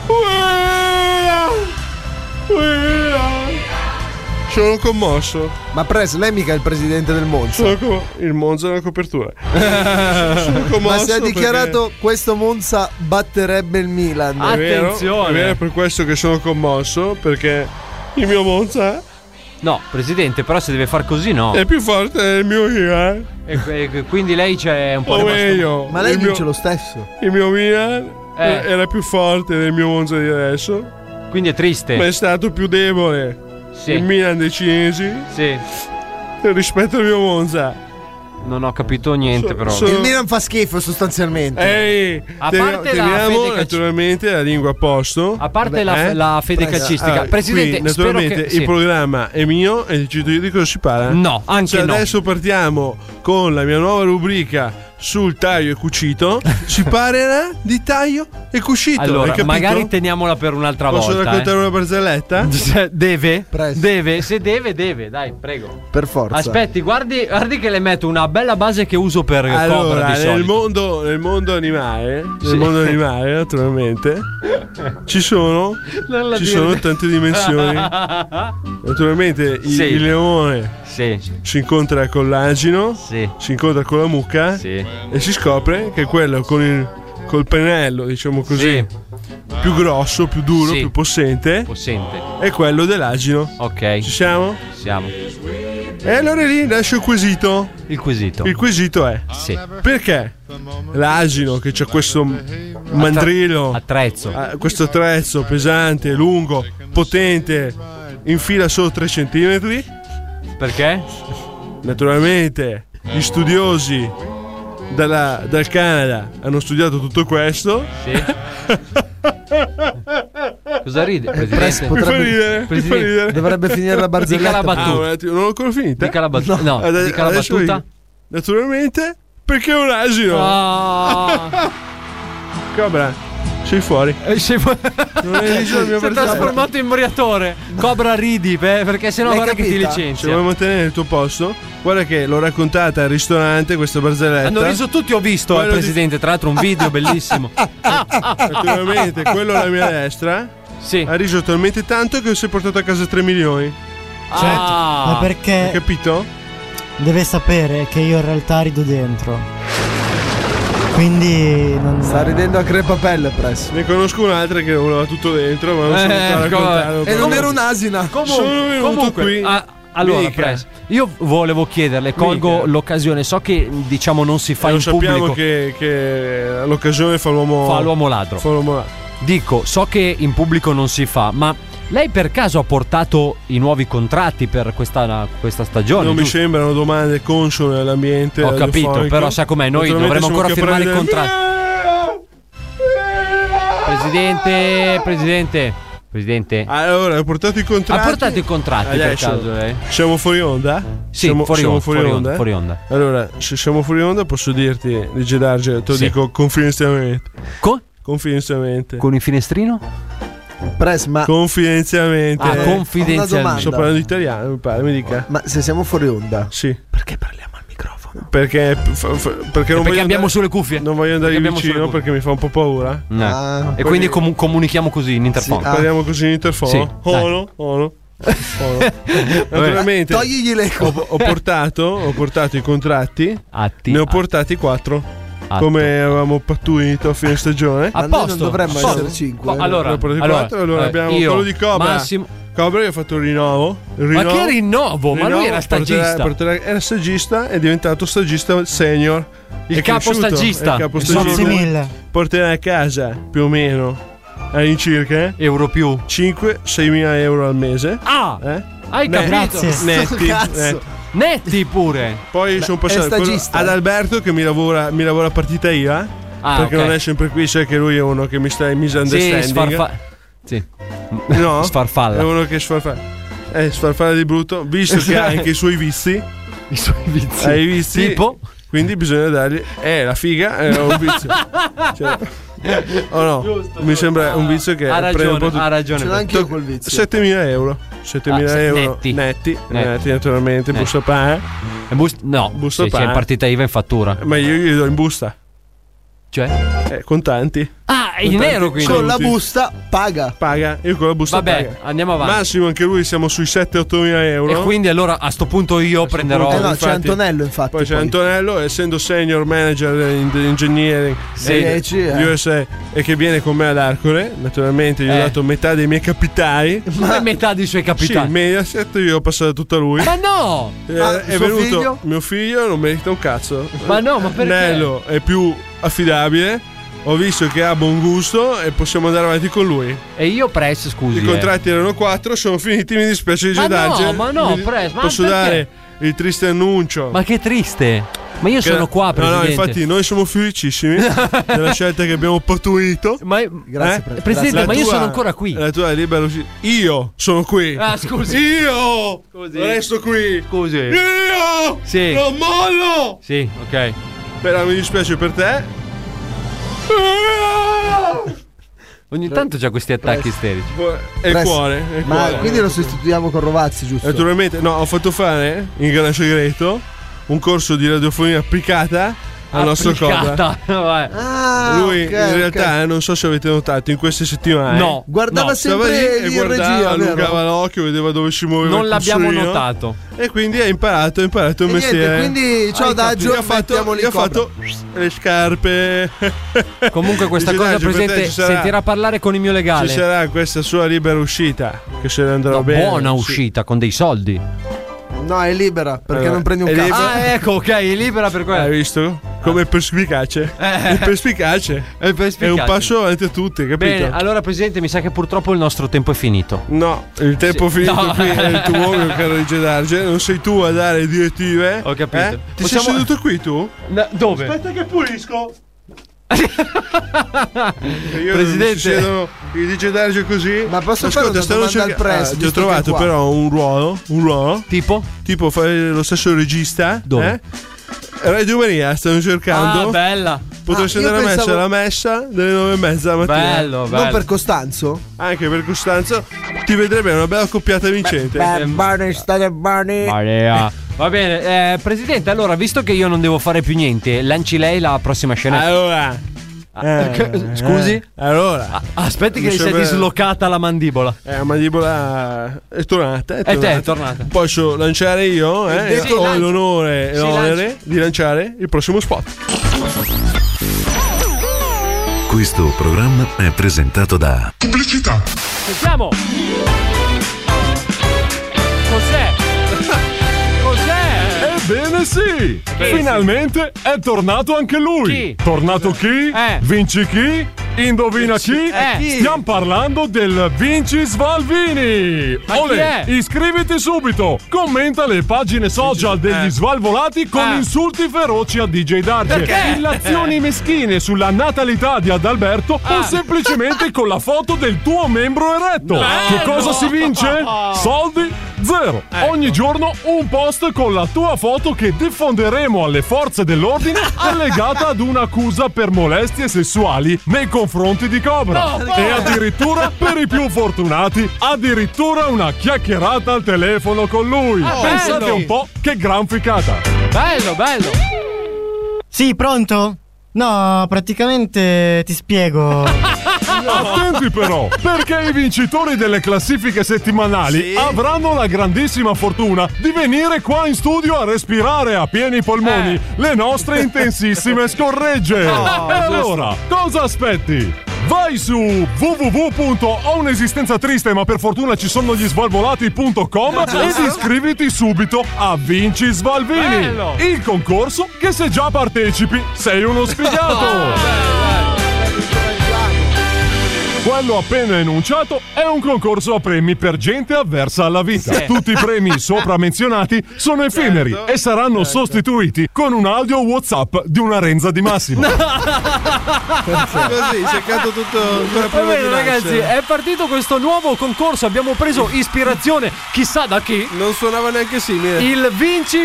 Sono commosso. Ma Press, lei mica è il presidente del Monza. Sono com- il Monza è una copertura. Sono commosso. Ma si è perché- dichiarato questo Monza batterebbe il Milan. Ah, È vero, Attenzione. È vero, è per questo che sono commosso. Perché il mio Monza No, Presidente, però se deve far così, no. è più forte del mio Milan. E, e quindi lei c'è un po' O rimasto- meglio, Ma lei il dice mio, lo stesso. il mio Milan Eh. era più forte del mio Monza di adesso. Quindi è triste. Ma è stato più debole Sì. il Milan dei cinesi Sì. rispetto al mio Monza. Non ho capito niente, So- però. so- Il Milan fa schifo sostanzialmente. Ehi, A teni- parte la teniamo fede calci- naturalmente la lingua a posto. A parte Vabbè, la, eh? la fede Prego. calcistica, Allora, Presidente, qui, spero naturalmente che il sì. programma è mio e decido io di cosa si parla. No, anche Cioè, no. adesso partiamo con la mia nuova rubrica sul taglio e cucito. Si parlerà di taglio e cucito. hai Allora, capito? magari teniamola per un'altra Posso volta. raccontare eh. una barzelletta? Deve? Presto. Deve? Se deve, deve, dai, prego. Per forza. Aspetti, guardi, guardi che le metto una bella base che uso per Cobra Allora, di nel solito. mondo, nel mondo animale, Sì. nel mondo animale, naturalmente, ci sono, Non la ci dire. sono tante dimensioni. Naturalmente il, Sì. il leone Sì, si incontra con l'asino, sì, si incontra con la mucca sì. e si scopre che quello con il col pennello, diciamo così, più grosso, più duro, Sì. più possente, Possente. è quello dell'asino. Ok, Ci siamo? siamo. E allora lì nasce il quesito. Il quesito. Il quesito è: Sì. perché l'asino che c'ha questo mandrillo, Attrezzo. ah, questo attrezzo pesante, lungo, potente, infila solo tre centimetri? Perché? Naturalmente gli studiosi dalla- dal Canada hanno studiato tutto questo. Sì. Cosa ride, Press Presidente? Mi fa potrebbe, ridere, mi fa Presidente. ridere. dovrebbe finire la Dica barzelletta. la battuta. Ah, un attimo, non l'ho ancora finita. Dica la battuta. No, Ade- dica la adesso battuta. io. Naturalmente perché è un asino. Ah. Cobra, sei fuori. Eh, sei fu- Non hai visto la mia si è barzelletta? trasformato in moriatore. Cobra ridi, beh, perché sennò L'hai guarda che ti capita? Se licenzia. vuoi mantenere il tuo posto, guarda che l'ho raccontata al ristorante questa barzelletta. Hanno riso tutti, ho visto, Quello al di- Presidente. Tra l'altro un video bellissimo. Naturalmente quello alla mia destra Sì. ha riso talmente tanto che si è portato a casa tre milioni. Ah. Ma Hai perché capito? deve sapere che io in realtà rido dentro. Quindi non. Sta ridendo a crepapelle, Press. Ne conosco un'altra che voleva tutto dentro, ma non sono Eh, venuto a come- raccontarlo. E non era un'asina. Sono venuto Comunque, qui. ah, allora, Mica. Press, io volevo chiederle, colgo Mica. l'occasione. So che diciamo non si fa E lo in sappiamo pubblico. che, che l'occasione fa l'uomo Fa l'uomo ladro. fa l'uomo ladro. Dico, so che in pubblico non si fa, ma lei per caso ha portato i nuovi contratti per questa, questa stagione? Non mi giusto? sembrano domande consone all'ambiente. Ho capito, radiofonico. però sa com'è, noi Naturalmente dovremo siamo ancora qui a firmare il prendere- contratto. Presidente, Presidente, Presidente. Allora, hai portato i contratti? Ha portato i contratti per Adesso, caso lei? Siamo fuori onda? Sì, siamo, fuori siamo onda, fuori fuori onda, onda, eh? fuori onda. Allora, se siamo fuori onda posso dirti, D J Darge, te lo Sì. dico confidenzialmente. Con? Confidenzialmente. Con il finestrino? Pres, ma confidenzialmente. Ah, confidenzialmente. Sto parlando italiano, mi pare, mi dica. Ma se siamo fuori onda, sì. Perché parliamo al microfono? Perché, f- f- perché, non perché abbiamo andare, sulle cuffie. Non voglio andare Perché vicino perché mi fa un po' paura. No. Ah, e quindi com- comunichiamo così in interfono. Sì, ah. Parliamo così in interfono. Sì, Oh no, oh no. Oh no. Naturalmente togligli le ho, ho portato ho portato i contratti. Atti, ne ho atti. portati quattro. Atto. Come avevamo pattuito a fine stagione. A Ma noi posto. non dovremmo a posto. essere cinque. Ma allora, Ne ho portati allora, quattro, allora eh, abbiamo io, quello di Cobra. Massimo. Cobra, io ho fatto il rinnovo. Il Ma rinnovo- che rinnovo? Ma lui rinnovo, era stagista. porterà- porterà- era stagista, è diventato stagista senior. Il È capo cresciuto, stagista. è il capo Grazie stagista. mille. Porterà a casa più o meno all'incirca eh, Euro più. cinque sei mila euro al mese. Ah! Eh? Hai Ne- capito? Grazie. Netti. Cazzo. eh. Netti pure. Poi sono passato è quello- stagista. ad Alberto che mi lavora, mi lavora a partita I V A. Ah, perché ok. non è sempre qui, sai che lui è uno che mi sta in Sì, misunderstanding. sfarfa- Sì. No? Sfarfalla. È uno che sfarfalla. Eh, sfarfalla di brutto, visto che ha anche i suoi vizi. I suoi vizi. Ha i vizi. Tipo? Quindi bisogna dargli. Eh, la figa è un vizio. Cioè, oh no, Giusto, mi sembra un vizio che ha prende un ragione, po' tutto. ha ragione. Ce l'ho anche io quel vizio. settemila euro. settemila Ah, se- euro netti. netti, Netti. netti, naturalmente, Netti. busta paga. E bus- no, Busto se c'è pane. in partita I V A in fattura. Ma io gli do in busta. Cioè? Eh, contanti. Ah, è in nero quindi. Con la Saluti. busta paga. Paga, io con la busta Vabbè, paga. andiamo avanti. Massimo anche lui siamo sui sette otto mila euro. E quindi allora a sto punto io prenderò. Eh no, infatti. c'è Antonello infatti. Poi c'è poi. Antonello, essendo senior manager in engineering Sì, e sì, eh. U S A e che viene con me ad Arcore, naturalmente gli ho Eh. dato metà dei miei capitali. Ma metà dei suoi Sì, capitali. Mediaset io ho passato tutto a lui. Ma no! Eh, Ah, è suo venuto figlio? mio figlio, non merita un cazzo. Ma no, ma perché? Nello è più affidabile. Ho visto che ha buon gusto e possiamo andare avanti con lui. E io Press, scusi. I eh. contratti erano quattro, sono finiti, mi dispiace di Ma no, Gedarge. ma no, Mi- Press, ma Posso perché? dare il triste annuncio. Ma che triste. Ma io Che- sono qua, No, presidente. no, infatti noi siamo felicissimi della scelta che abbiamo pattuito. Ma Grazie, Eh? pre- Presidente, La ma io tua- sono ancora qui. La tua è libera uscita. Io sono qui. Ah, scusi. Io Scusi. resto qui. Scusi. Io Sì. non mollo. Sì, ok. Però mi dispiace per te. Ogni tanto c'ha questi attacchi isterici. È il Press. cuore. È il Ma cuore. quindi lo sostituiamo con Rovazzi, giusto? Naturalmente, no, ho fatto fare in gran segreto un corso di radiofonia applicata al nostro Cobra. Applicata. Vai. Ah, Lui ok, in realtà, ok. non so se avete notato, in queste settimane No. Guardava no. stava sempre lì e lì in guardava, regia, vero? allungava l'occhio, vedeva dove si muoveva Non il l'abbiamo pulsino. notato. E quindi ha imparato, ha imparato il E niente, mestiere. quindi ciao Hai capito? Daggio, Gli ha fatto, mettiamo lì gli ha Cobra. fatto le scarpe. Comunque questa Dice, cosa, Daggio, per te Presidente, ci sarà- sentirà parlare con il mio legale. Ci sarà questa sua libera uscita, che se ne andrà Una bene. buona Sì. uscita con dei soldi. No, è libera, perché Allora, non prendi un è cazzo. libera. Ah, ecco, ok, è libera per Hai quello. visto? Come è perspicace. È perspicace. È perspicace. È un passo avanti a tutti, capito? Bene, allora Presidente, mi sa che purtroppo il nostro tempo è finito. No, il tempo Sì. finito No. qui è il tuo, mio caro Di Gedarge. Non sei tu a dare direttive. Ho capito. Eh? Ti Possiamo- sei seduto qui tu? No, dove? Aspetta che pulisco. Io Presidente. si siedono i Di Gedarge così. Ma posso fare Ascolta, una stanno domanda al cerca- press, Ah, ti ho visto che è trovato qua? però un ruolo, un ruolo. Tipo? Tipo fare lo stesso regista. Dove? Eh? Radio Maria stanno cercando. Ah, bella. Potresti Ah, io andare a messa pensavo- alla messa delle nove e mezza la mattina. Bello, bello. Non per Costanzo? Anche per Costanzo ti vedrebbe una bella accoppiata vincente. Beh, Barney, state Barney. Marea. Va bene, eh, Presidente, allora, visto che io non devo fare più niente, lanci lei la prossima scena. Allora. Eh, scusi? eh, allora. Aspetti Mi che si è sembra- dislocata la mandibola. Eh, la mandibola è tornata. È E te, tornata. è tornata. Posso lanciare io, eh? Sì, Ho lanci. l'onore e Sì, l'onere lanci. di lanciare il prossimo spot. Questo programma è presentato da Pubblicità. Sentiamo. Cos'è? Cos'è? Ebbene sì! Finalmente è tornato anche lui! Chi? Tornato chi? Eh. Vinci chi? Indovina chi? Eh. Chi? Stiamo parlando del Vinci Svalvini! Ma chi Olè, è? iscriviti subito! Commenta le pagine social degli Eh. Svalvolati con Eh. insulti feroci a D J Darge, Perché? illazioni meschine sulla natalità di Adalberto Ah. o semplicemente con la foto del tuo membro eretto. Bello. Che cosa si vince? Soldi, Zero. Ecco. Ogni giorno un post con la tua foto che diffonderemo alle forze dell'ordine allegata ad un'accusa per molestie sessuali nei confronti di Cobra. No, e addirittura, per i più fortunati, addirittura una chiacchierata al telefono con lui. Ah, Pensate bello. un po' che gran ficata. Bello, bello. Sì, pronto? No, praticamente ti spiego. Attenti però, perché i vincitori delle classifiche settimanali Sì. avranno la grandissima fortuna di venire qua in studio a respirare a pieni polmoni Eh. le nostre intensissime scorregge. Oh, e allora, cosa aspetti? Vai su w w w punto ho un'esistenza triste ma per fortuna ci sono gli svalvolati punto com ed iscriviti subito a Vinci Svalvini, Bello. il concorso che se già partecipi sei uno sfigato. Quello appena enunciato è un concorso a premi per gente avversa alla vita. Sì. Tutti i premi sopra menzionati sono effimeri Certo, e saranno certo. sostituiti con un audio WhatsApp di una Renza di Massimo. Così, seccato tutto ancora Va prima bene di ragazzi, nascere. è partito questo nuovo concorso, abbiamo preso ispirazione, chissà da chi, Non suonava neanche simile. il Vinci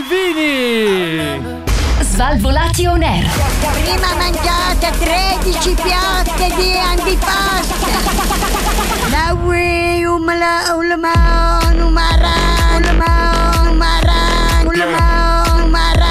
Svalvini. Svalvolati on air. Prima mangiate tredici piatte di antipasto. La ui umla ulma numara ulma umara ulma umara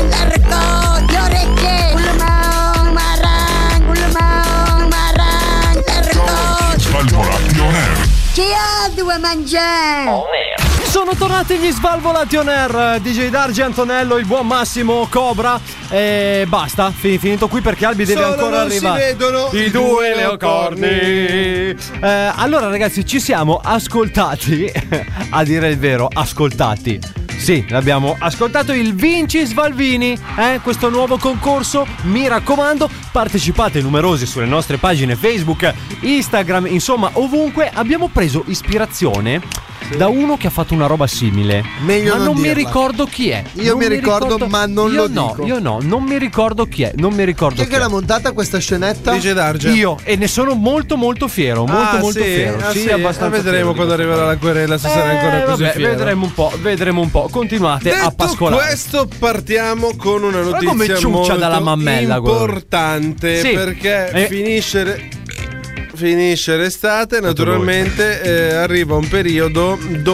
l'arco le orecchie ulma umara ulma umara l'arco. Svalvolati on air. Chi ha due mangiare? Sono tornati gli Svalvolati on air, D J Dargi, Antonello, il buon Massimo, Cobra e basta, fin- finito qui perché Albi deve Solo ancora non si arrivare. vedono i due leocorni. Eh, allora ragazzi, ci siamo ascoltati, a dire il vero, ascoltati. Sì, l'abbiamo ascoltato il Vinci Svalvini, eh, questo nuovo concorso. Mi raccomando, partecipate numerosi sulle nostre pagine Facebook, Instagram, insomma ovunque. Abbiamo preso ispirazione da uno che ha fatto una roba simile. Meglio ma non non mi dirla. ricordo chi è. Io Non mi ricordo, ma non io lo no, dico. Io no, non mi ricordo chi è. Non mi ricordo Chi è chi che è. l'ha montata questa scenetta? D J Darge. Io, e ne sono molto molto fiero, molto Ah, molto sì? fiero. Ah, sì, sì? abbastanza Eh, vedremo fiero di quando questa arriverà la querela se sarà Eh, ancora così vabbè, fiero. vedremo un po', vedremo un po'. Continuate a Detto pascolare. questo, partiamo con una Guarda notizia come ciuccia molto dalla mammella, quello. importante Sì. perché Eh. finisce finisce l'estate, naturalmente eh, arriva un periodo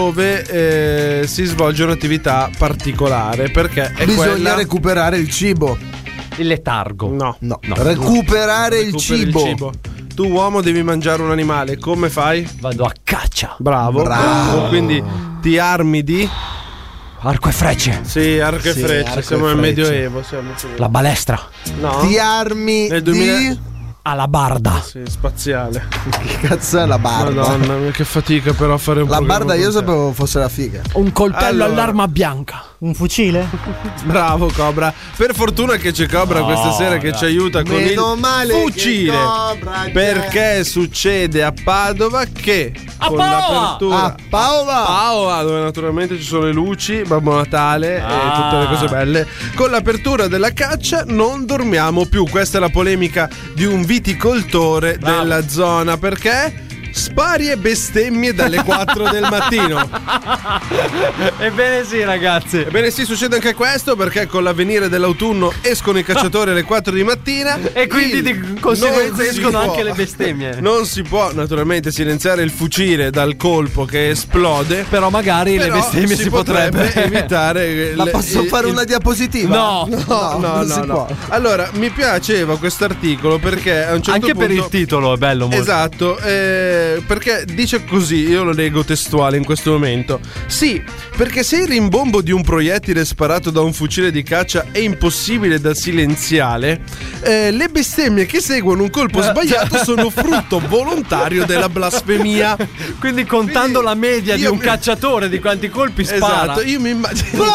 dove eh, si svolge un'attività particolare perché è Bisogna quella recuperare il cibo. Il letargo. No, No, No. recuperare il recuperi cibo. Tu uomo devi mangiare un animale, come fai? Vado a caccia. Bravo. Bravo. Quindi ti armi di Arco e frecce. Sì, arco e Sì, frecce, arco siamo e nel frecce. Medioevo, siamo La balestra. No. Ti armi Nel duemila di... Alla barda. Sì, spaziale. Che cazzo è la barda? Madonna mia, che fatica però a fare un La programma barda io con te. sapevo fosse la figa. Un coltello Allora. all'arma bianca. Un fucile? Bravo Cobra. Per fortuna che c'è Cobra No, questa sera che dai. ci aiuta con Meno il male che fucile. Cobra c'è. Perché succede a Padova che A con Padova! l'apertura A Paola! Paola, dove naturalmente ci sono le luci, Babbo Natale Ah. e tutte le cose belle. Con l'apertura della caccia non dormiamo più. Questa è la polemica di un viticoltore Bravo. della zona. Perché? Spari e bestemmie dalle quattro del mattino. Ebbene sì, ragazzi. Ebbene sì, succede anche questo perché con l'avvenire dell'autunno escono i cacciatori alle quattro di mattina E quindi Il- di conseguenza non si escono può- anche le bestemmie. Non si può naturalmente silenziare il fucile dal colpo che esplode. Però magari le Però bestemmie si, potrebbe potrebbe evitare. Ma le- posso il- fare il- una diapositiva? No. No, no, non no, si no. può. Allora, mi piaceva questo articolo perché a un certo Anche punto per il titolo è bello molto. Esatto, eh, perché dice così, io lo leggo testuale in questo momento. Sì, perché se il rimbombo di un proiettile sparato da un fucile di caccia è impossibile da silenziare, eh, le bestemmie che seguono un colpo sbagliato sono frutto volontario della blasfemia. Quindi contando Quindi la media di io un mi- cacciatore di quanti colpi spara. Esatto, io mi immagino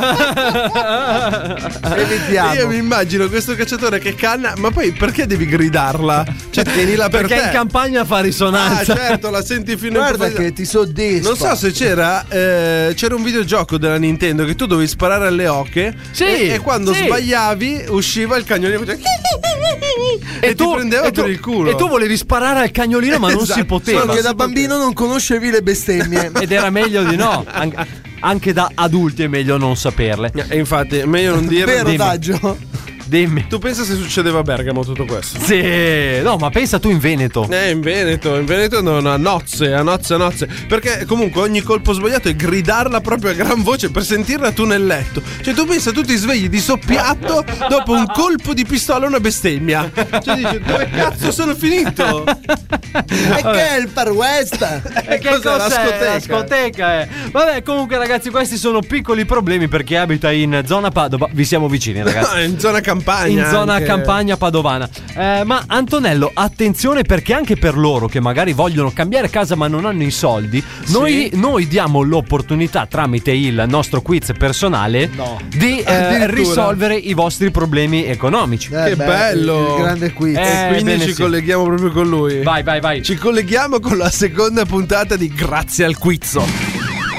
Evitiamo. Io mi immagino questo cacciatore che canna, ma poi perché devi gridarla? Cioè, tienila per Perché te. in campagna fa risonanza. profondità. Ah, certo, la senti fino in Guarda profondità. che ti soddisfa. Non so se c'era eh, c'era un videogioco della Nintendo che tu dovevi sparare alle oche. Sì, e, e quando sì. sbagliavi usciva il cagnolino e, E e tu- ti prendeva e tu- per il culo. E tu volevi sparare al cagnolino, ma non Esatto, si poteva. Solo che da bambino non conoscevi le bestemmie. Ed era meglio di no. An- anche da adulti è meglio non saperle. E infatti, è meglio non dire. Vero, Dimmi. Daggio? Dimmi. Tu pensa se succedeva a Bergamo tutto questo? Sì, no, ma pensa tu in Veneto. Eh, in Veneto, in Veneto non a nozze, a nozze, a nozze. Perché comunque ogni colpo sbagliato è gridarla proprio a gran voce per sentirla tu nel letto. Cioè tu pensa, tu ti svegli di soppiatto dopo un colpo di pistola a una bestemmia. Cioè dici, dove cazzo sono finito? E che è il Far West? E che cos'è? cos'è? La scoteca. La scoteca, eh. Vabbè, comunque ragazzi, questi sono piccoli problemi per chi abita in zona Padova. Vi siamo vicini, ragazzi. No, in zona campagna. In zona anche. campagna padovana. Eh, ma Antonello, attenzione, perché anche per loro che magari vogliono cambiare casa ma non hanno i soldi, Sì. noi, noi diamo l'opportunità tramite il nostro quiz personale No. di eh, Addirittura. risolvere i vostri problemi economici. Eh Che beh, bello. il grande quiz. Eh, E quindi bene, ci sì. colleghiamo proprio con lui. Vai, vai, vai. Ci colleghiamo con la seconda puntata di Grazie al Quizzo.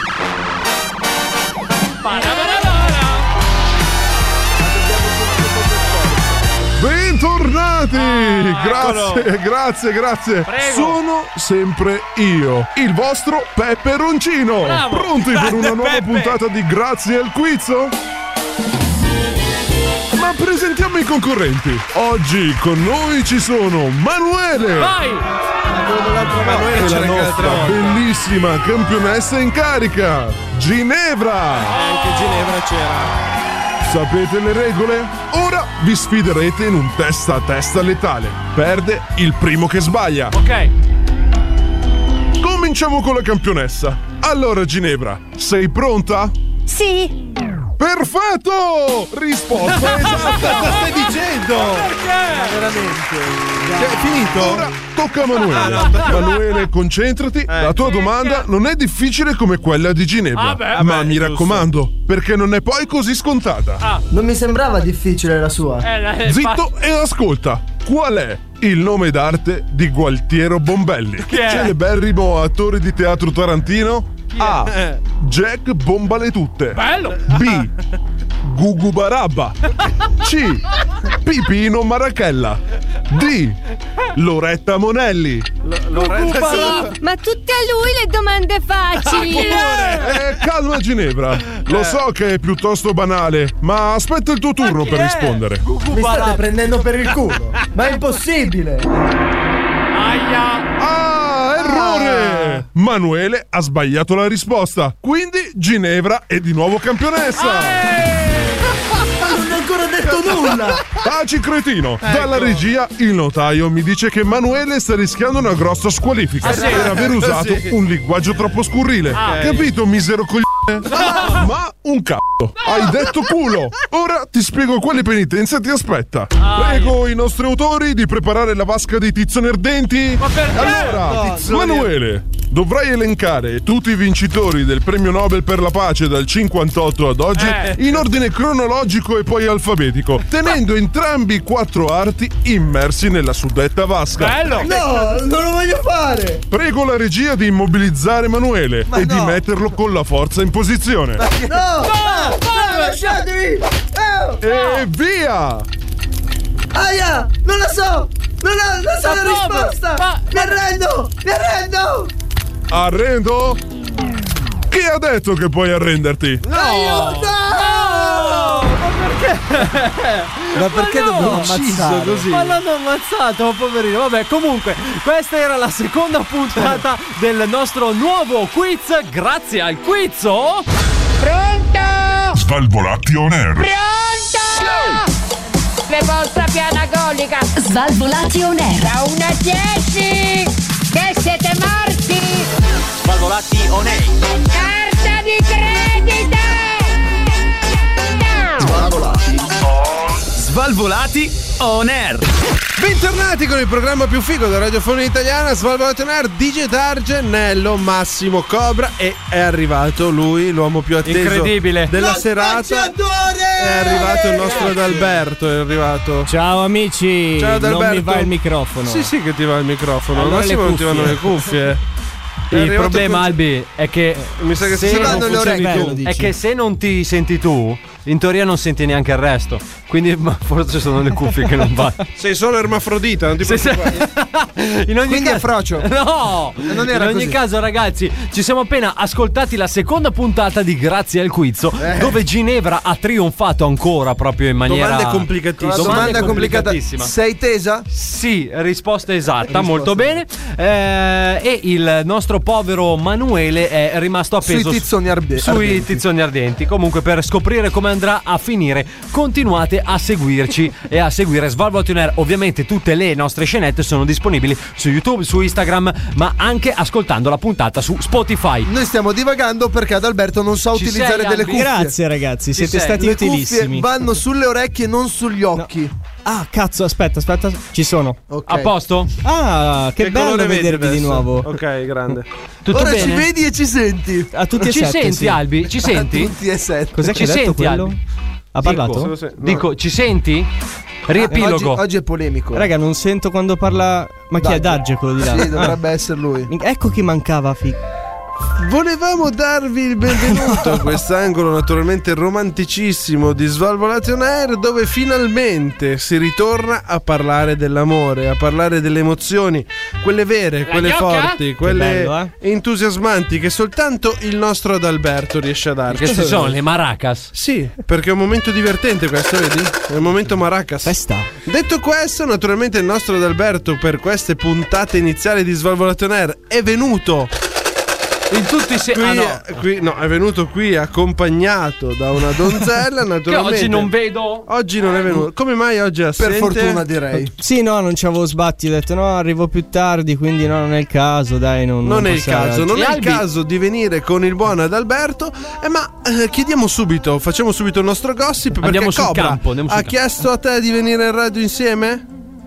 Bentornati! Grazie, eccolo. grazie, grazie. Prego. Sono sempre io, il vostro Peperoncino. Bravo. Pronti per una nuova Peppe. puntata di Grazie al Quizzo? Ma presentiamo i concorrenti. Oggi con noi ci sono Manuele. Vai! Manuele E la c'era anche l'altra nostra volta. bellissima campionessa in carica, Ginevra. Anche Ginevra c'era. Sapete le regole? Ora vi sfiderete in un testa a testa letale. Perde il primo che sbaglia. Ok. Cominciamo con la campionessa. Allora Ginevra, sei pronta? Sì. Perfetto! Risposta esatta! Cosa stai dicendo? Veramente. Cioè, è finito? Ora tocca a Manuele. Ah, no, aspetta. Manuele, concentrati. La tua domanda non è difficile come quella di Ginevra. Ah, beh, ma vabbè, mi giusto. raccomando, perché non è poi così scontata. Non mi sembrava difficile la sua. Eh, eh, Zitto e ascolta. Qual è il nome d'arte di Gualtiero Bombelli? Chi è? Celeberrimo attore di teatro tarantino? A. Eh. Jack Bombale Tutte. Bello! B. Gugu Barabba. C. Pipino Marachella. D. Loretta Monelli. Loretta Sì, ma tutte a lui le domande facili. Eh, calma Ginevra. Lo so che è piuttosto banale, ma aspetta il tuo turno per rispondere. Mi state prendendo per il culo. Ma è impossibile. Aia! Ah, errore! Manuele ha sbagliato la risposta, quindi Ginevra è di nuovo campionessa. Non ho ancora detto nulla. Taci cretino! Dalla regia il notaio mi dice che Manuele sta rischiando una grossa squalifica per aver usato Sì. un linguaggio troppo scurrile. Capito, misero coglione? Ma un cazzo! Hai detto culo! Ora ti spiego quale penitenza ti aspetta. Prego i nostri autori di preparare la vasca dei tizzoni ardenti. Ma perché? Allora, No, tizzoni- Manuele, dovrai elencare tutti i vincitori del premio Nobel per la pace dal cinquantotto ad oggi Eh. in ordine cronologico e poi alfabetico, tenendo entrambi i quattro arti immersi nella suddetta vasca. Bello! No, non lo voglio fare. Prego la regia di immobilizzare Manuele Ma e di no. metterlo con la forza in posizione. No, no, no, lasciatemi. Oh, E via! aia, non lo so. Non, ho, non so Ma la come? risposta. Ma- Mi arrendo, mi arrendo. Arrendo? Chi ha detto che puoi arrenderti? Aiuto. Ma perché dobbiamo ammazzare? Così. Ma l'hanno ammazzato, oh, poverino. Vabbè, comunque, questa era la seconda puntata del nostro nuovo quiz. Grazie al quizzo. Pronto? Svalvolati on air. Pronto? Le vostra piana golica. Svalvolati on air. Da uno a dieci. Che siete morti? Svalvolati on air. Carta di credito. Svalvolati on air. Bentornati con il programma più figo della radiofonia italiana, Svalvolati on air, D J Darge, Nello, Massimo Cobra, e è arrivato lui, l'uomo più atteso Incredibile. della Lo serata. spacciatore! È arrivato il nostro Adalberto, è arrivato. Ciao amici. Ciao Adalberto. Non mi va il microfono. Sì, sì che ti va il microfono. Allora Al massimo le non ti vanno le cuffie. È Il arrivato problema, con- Albi, è che Mi sa che se si non vanno le funzioni orecchie. tu, è che se non ti senti tu, in teoria non senti neanche il resto. Quindi ma forse sono le cuffie che non vanno. Sei solo ermafrodita, non ti Sì, sì. preoccupare. In ogni Quindi caso, è frocio. No, Non era in ogni così. caso, ragazzi, ci siamo appena ascoltati la seconda puntata di Grazie al Quizzo, Eh. dove Ginevra ha trionfato ancora proprio in maniera Domande complicatissime. Domande Domanda complicata. complicatissima. Sei tesa? Sì, risposta esatta, molto bene. Eh, e il nostro povero Manuele è rimasto appeso Sui tizzoni arde- sui ardenti. tizzoni ardenti. Comunque, per scoprire come andrà a finire, continuate a seguirci e a seguire Svalvolati On Air. Ovviamente tutte le nostre scenette sono disponibili su YouTube, su Instagram, ma anche ascoltando la puntata su Spotify. Noi stiamo divagando perché Adalberto non sa Ci utilizzare sei, delle Albi? cuffie. Grazie ragazzi, siete sei? stati Le utilissimi. cuffie vanno sulle orecchie e non sugli occhi. Ah, cazzo, aspetta, aspetta, ci sono. Ok. A posto? Ah, che, bello colore vedi vedervi di adesso? nuovo. Ok, grande. Tutto Ora bene? ci vedi e ci senti. A tutti e Ci sette, senti, sì. Albi? Ci senti? Tutti e sette. Cos'è Ci che ha detto senti, quello? Albi? Ha parlato? Dico, se- no. Dico, ci senti? Oggi, Riepilogo. oggi è polemico. Raga, non sento quando parla. Ma chi è Darge quello di là? Sì, Ah. dovrebbe essere lui. Ecco chi mancava, fi- Volevamo darvi il benvenuto a quest'angolo naturalmente romanticissimo di Svalvolati On Air, dove finalmente si ritorna a parlare dell'amore, a parlare delle emozioni, quelle vere, quelle gnocca? forti, quelle bello, entusiasmanti che soltanto il nostro Adalberto riesce a darci. Queste sono le maracas. Sì, perché è un momento divertente questo, vedi? È un momento maracas. Festa. Detto questo, naturalmente il nostro Adalberto per queste puntate iniziali di Svalvolati On Air è venuto In tutti i se- qui, ah, no. qui- no, è venuto qui accompagnato da una donzella, Che naturalmente. oggi non vedo. Oggi non è venuto. Come mai oggi è Per assente? fortuna direi. Sì, no, non c'avevo sbatti. Ho detto no, arrivo più tardi, quindi no, non è il caso. Dai, non. Non è il passare caso, oggi. non E è il Albi? caso di venire con il buon Adalberto, eh, ma eh, chiediamo subito, facciamo subito il nostro gossip perché Andiamo sul Cobra campo, andiamo sul ha campo. chiesto a te di venire in radio insieme?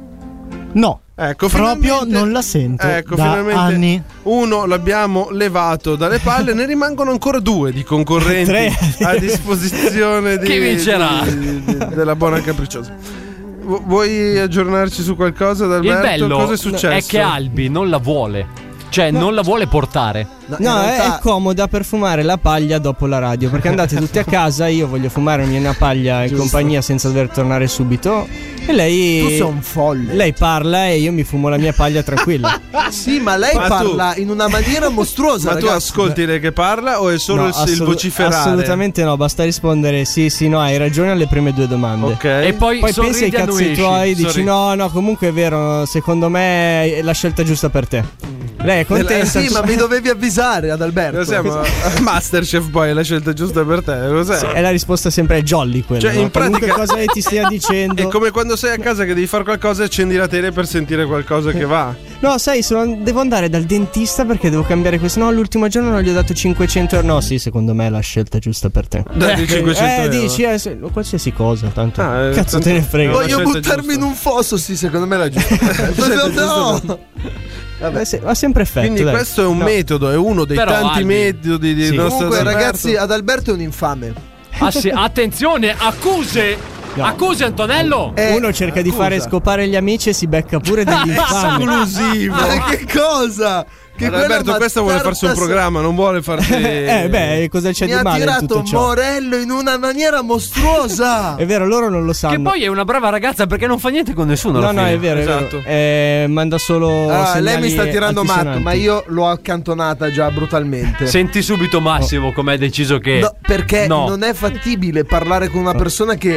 No, Ecco, proprio finalmente- non la sento. Ecco, da finalmente anni. uno l'abbiamo levato dalle palle, ne rimangono ancora due di concorrenti Tre. a disposizione di, Chi vincerà? di- di- della buona capricciosa. Vu- Vuoi aggiornarci su qualcosa, Il Adalberto? bello Cosa è successo? è che Albi non la vuole. Cioè, non la vuole portare. No, in No, è- realtà- è comoda per fumare la paglia dopo la radio. Perché andate tutti a casa, io voglio fumare una paglia in compagnia senza dover tornare subito. E lei. Tu sei un folle. Lei parla e io mi fumo la mia paglia tranquilla. Sì, ma lei Ma tu- parla in una maniera mostruosa. Ma tu ragazzi. ascolti lei che parla o è solo No, il, il assolut- vociferare? Assolutamente no, basta rispondere sì, sì, no, hai ragione alle prime due domande. Ok. E poi, Poi sorridi pensi ai e cazzi annuisci. tuoi, dici Sorridi. no, no, comunque è vero, secondo me è la scelta giusta per te. Lei è contenta. Sì, ma mi dovevi avvisare ad Alberto. Lo siamo a Masterchef, poi è la scelta giusta per te. Cos'è? Sì, è la risposta sempre è jolly quella. Cioè, no? in pratica- Qualunque cosa ti stia dicendo. È come quando sei a casa che devi fare qualcosa e accendi la tele per sentire qualcosa che va. No, sai, sono- devo andare dal dentista perché devo cambiare questo. No, l'ultimo giorno non gli ho dato cinquecento euro. No, sì, secondo me è la scelta giusta per te. Dai, cinquecento eh, euro. dici, eh, se- qualsiasi cosa, tanto. Ah, eh, Cazzo tanto- te ne frega. Voglio Voglio scelta buttarmi giusta. in un fosso, sì, secondo me è la giusta. no. Eh, se- ha sempre effetto. Quindi dai. questo è un No. metodo, è uno dei Però, tanti Albi- metodi di Sì. nostro Comunque, Adalberto. ragazzi, ad Alberto è un infame. Ah, sì, attenzione, accuse. No. Accuse, Antonello. È- Uno cerca di scusa. fare scopare gli amici e si becca pure degli infami. Esclusivo. Ma che cosa? Che Adalberto, quella questo vuole farsi un mattarta- programma, non vuole farsi. Eh, beh, cosa c'è Mi di ha male in tirato tutto ciò? Morello in una maniera mostruosa. È vero, loro non lo sanno. Che poi è una brava ragazza perché non fa niente con nessuno. No, alla no, fine. è vero, è Esatto. vero. Eh, manda solo. Ah, lei mi segnali sta tirando matto, altisonanti. ma io l'ho accantonata già brutalmente. Senti subito Massimo come hai deciso che. No, perché No. non è fattibile parlare con una persona che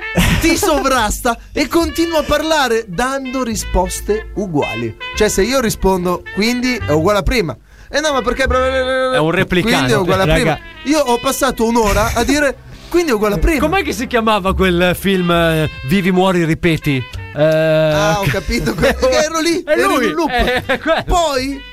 ti sovrasta e continua a parlare dando risposte uguali. Cioè, se io rispondo quindi è uguale a prima. Eh no, ma perché È un replicante. Quindi è uguale a Raga. prima. Io ho passato un'ora a dire quindi è uguale a prima. Com'è che si chiamava quel film eh, Vivi, muori, ripeti? Eh, Ah, ho capito. que- che ero lì, È ero lui, in un loop. è quello. Poi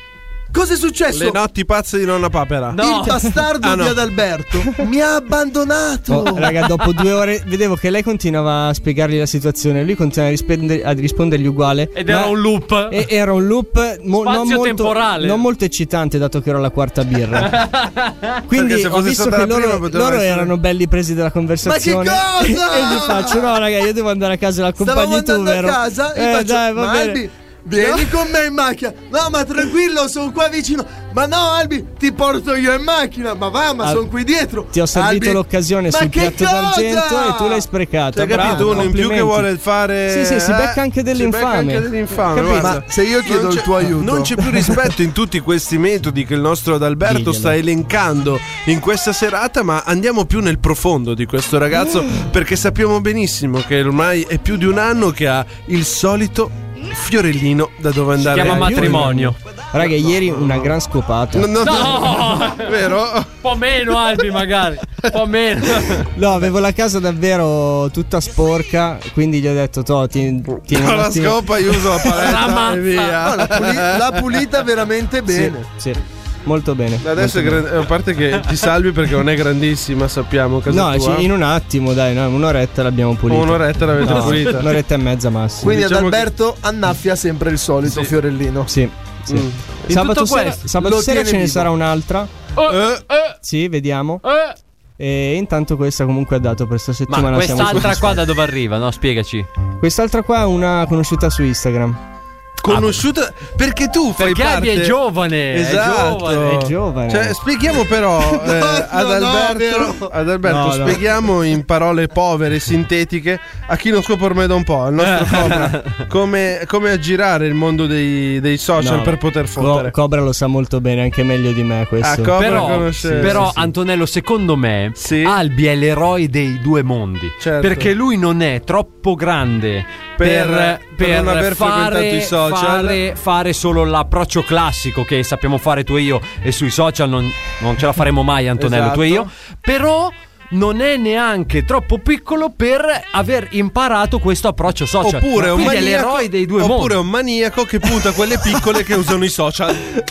Cosa è successo? Le notti pazze di nonna Papera. Il bastardo Ah, no. di Adalberto mi ha abbandonato. Oh, raga, dopo due ore vedevo che lei continuava a spiegargli la situazione, lui continuava a, risponder- a rispondergli uguale. Ed era un loop. E era un loop mo- non, molto, Spazio-temporale. non molto eccitante, dato che ero alla quarta birra. Quindi Perché se ho fosse visto stata che la prima loro, poteva loro essere- erano belli presi dalla conversazione. Ma che cosa? E gli faccio: no, raga, io devo andare a casa, l'accompagni Stavamo tu, andando vero? a casa e eh, faccio, dai, va ma bene. Albi, vieni No. con me in macchina. No, ma tranquillo, sono qua vicino. Ma no, Albi, ti porto io in macchina. Ma va, ma Al- sono qui dietro. Ti ho servito Albi, l'occasione ma sul che piatto cosa? d'argento e tu l'hai sprecata. Hai capito? Bravo, Uno in più che complimenti. vuole fare. Sì, sì, si becca anche eh, dell'infame. Si becca anche dell'infame. Capito? Guarda. Ma se io chiedo Non il c'è- tuo aiuto. Non c'è più rispetto in tutti questi metodi che il nostro Adalberto Diglielo. sta elencando in questa serata, ma andiamo più nel profondo di questo ragazzo perché sappiamo benissimo che ormai è più di un anno che ha il solito fiorellino da dove Si andare. chiama a- matrimonio. Raga, ieri una gran scopata. No, no, no. No! Vero? Un po' meno, Albi, magari. Un po' meno. No, avevo la casa davvero tutta sporca, quindi gli ho detto: "To, ti, tieni un Con la attimo". scopa io uso la paletta Ramazza. e via. No, l'ha, puli- l'ha pulita veramente bene. Sì, sì, molto bene. Adesso è molto gran- a parte che ti salvi perché non è grandissima, sappiamo. bene. Casa No, tua. ci- in un attimo, dai, no, un'oretta l'abbiamo pulita. Un'oretta l'avete No, pulita. Un'oretta e mezza massimo. Quindi Diciamo Adalberto annaffia sempre il solito fiorellino. Sì, sì. Mm. In Sabato tutto sera, questo, sabato lo sera tiene ce ne vivo. sarà un'altra. Oh, Eh. eh, Sì, vediamo. eh. E intanto questa comunque ha dato per sta Ma settimana. siamo quest'altra soddisfatti. qua da dove arriva? No, spiegaci. Quest'altra qua è una conosciuta su Instagram. Conosciuta perché tu fai Perché parte. Albi è giovane. Esatto. È giovane. È giovane. Cioè, spieghiamo però eh, ad no, Alberto, vero. ad Alberto No, no. spieghiamo in parole povere, sintetiche, a chi non scopre ormai da un po', al nostro Cobra, come, come aggirare il mondo dei, dei social No, per poter Co- fottere. Cobra lo sa molto bene, anche meglio di me questo. Ah, Cobra Però, conosce- però sì, sì. Antonello, secondo me, Sì. Albi è l'eroe dei due mondi. Certo. Perché lui non è troppo grande Per- per, per non aver frequentato fare, i social. fare, fare solo l'approccio classico che sappiamo fare tu e io, e sui social non, non ce la faremo mai, Antonello, Esatto. tu e io. Però non è neanche troppo piccolo per aver imparato questo approccio social. Oppure un, Quindi è maniaco, l'eroe dei due oppure mondi. un maniaco che punta a quelle piccole che usano i social.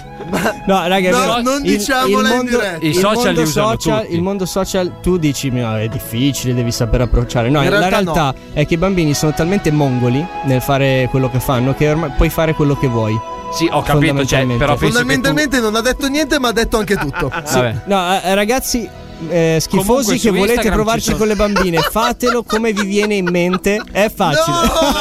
No, raga, è No, vero. non Il- diciamola il in mondo, diretta. I il social mondo li usano social, tutti. il mondo social, tu dici, no, è difficile, devi saper approcciare. No, In la realtà realtà è che i bambini sono talmente mongoli nel fare quello che fanno che ormai puoi fare quello che vuoi. Sì, ho capito, cioè, però penso che tu... Fondamentalmente non ha detto niente, ma ha detto anche tutto. Vabbè. No, eh, ragazzi, eh, schifosi Comunque, che su volete Instagram provarci ci sono- con le bambine, fatelo come vi viene in mente. È facile.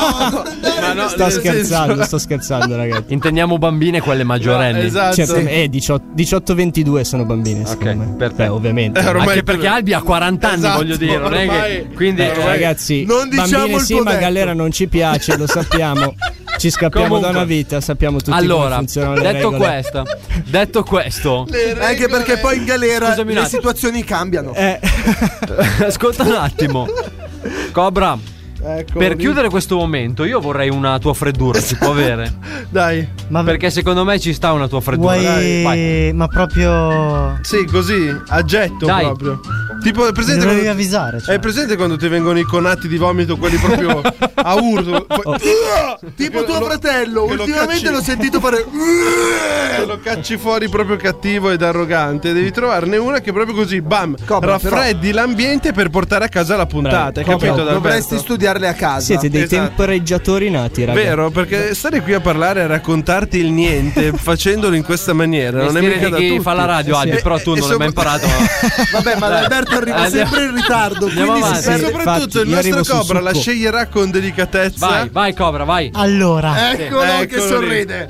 Ma no, sto nel scherzando, senso- sto scherzando, ragazzi. Intendiamo bambine quelle maggiorenni. No, esatto. Certo, eh, diciotto ventidue sono bambine, secondo me. perfetto. Beh, ovviamente. Eh, ormai Anche tu- perché Albi ha quaranta anni, Esatto, voglio dire, non è ormai- che quindi Eh, eh, ragazzi, non diciamo bambine il sì, tuo ma detto. galera non ci piace, lo sappiamo. Ci scappiamo Comunque. da una vita, sappiamo tutti allora, come funzionano le detto regole. questo, detto questo, Anche perché poi in galera Scusami un le attimo. situazioni cambiano. Eh, ascolta un attimo. Cobra, Ecco, per lì. chiudere questo momento, io vorrei una tua freddura, si può avere? Dai. Ma Perché secondo me ci sta una tua freddura. Dai, vai. vuoi. Ma proprio. Sì, così, a getto Dai. proprio. Tipo, è Mi presente dovevi quando, avvisare. Cioè. è presente quando ti vengono i conati di vomito, quelli proprio a urlo? Poi- Tipo tuo lo- fratello, che lo ultimamente cacci- l'ho sentito fare. Che lo cacci fuori proprio cattivo ed arrogante. Devi trovarne una che proprio così, bam, Cobra, raffreddi l'ambiente per portare a casa la puntata. Hai Bravo. capito? Cobra, Adalberto? Dovresti studiarle a casa. siete dei Esatto. temporeggiatori nati, ragazzi. Vero, perché stare qui a parlare e a raccontarti il niente facendolo in questa maniera non è Mestiere mica di da chi tutti. fa la radio, Albi, E- però tu e non l'hai mai sopra- imparato. ma- Vabbè, ma Dai. Alberto arriva Andiamo- sempre in ritardo. Andiamo Quindi si avanti. E perde. soprattutto infatti, il io arrivo nostro sul Cobra la succo. sceglierà con delicatezza. Vai, vai Cobra, vai. Allora, Eccolo Sì, che eccolo lì. sorride.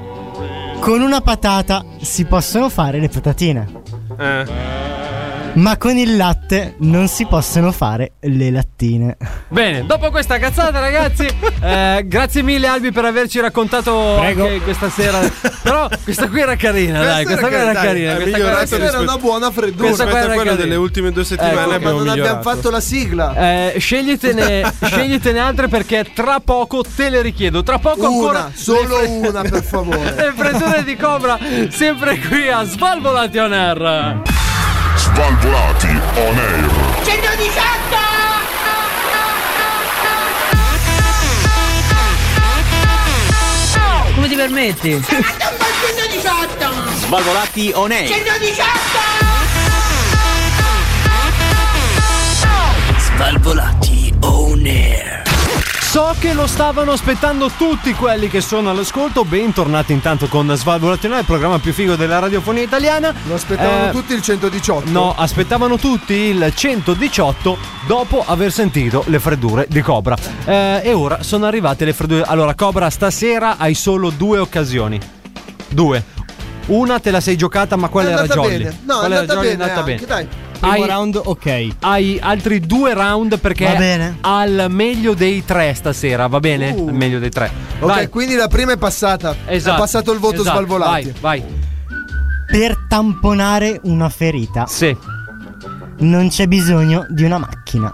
con una patata si possono fare le patatine. Eh. Ma con il latte non si possono fare le lattine. Bene, dopo questa cazzata, ragazzi, eh, grazie mille Albi per averci raccontato Prego. anche questa sera. Però questa qui era carina, Questa dai, questa era qui era carina, carina. dai, Questa è qui era migliorato carina. Era una buona freddura. Questa qua Rispetto a era quello carina. delle ultime due settimane Ecco, Ma abbiamo non abbiamo migliorato. fatto la sigla. Eh, sceglietene, sceglietene altre perché tra poco te le richiedo. Tra poco ancora Una, solo le- una, per favore. Le freddure di Cobra, sempre qui a Svalvolati on Air. Svalvolati on air. centodiciotto! Come ti permetti? Sono un po' centodiciotto! Svalvolati on air. centodiciotto! Svalvolati on air. So che lo stavano aspettando tutti quelli che sono all'ascolto. Bentornati intanto con Svalvolati on air, il programma più figo della radiofonia italiana. Lo aspettavano Eh, tutti il centodiciotto. No, aspettavano tutti il centodiciotto dopo aver sentito le freddure di Cobra. Eh, e ora sono arrivate le freddure. Allora, Cobra, stasera hai solo due occasioni. Due. Una te la sei giocata, ma quella È era andata jolly. bene. No, è Quella era andata jolly, è bene andata anche, bene. dai. Primo Hai, round, ok. hai altri due round perché Va bene. al meglio dei tre stasera, va bene? Uh. Al meglio dei tre. Ok, Vai. quindi la prima è passata. Esatto. Ha passato il voto Esatto. Svalvolati. Vai, vai. Per tamponare una ferita Sì. non c'è bisogno di una macchina.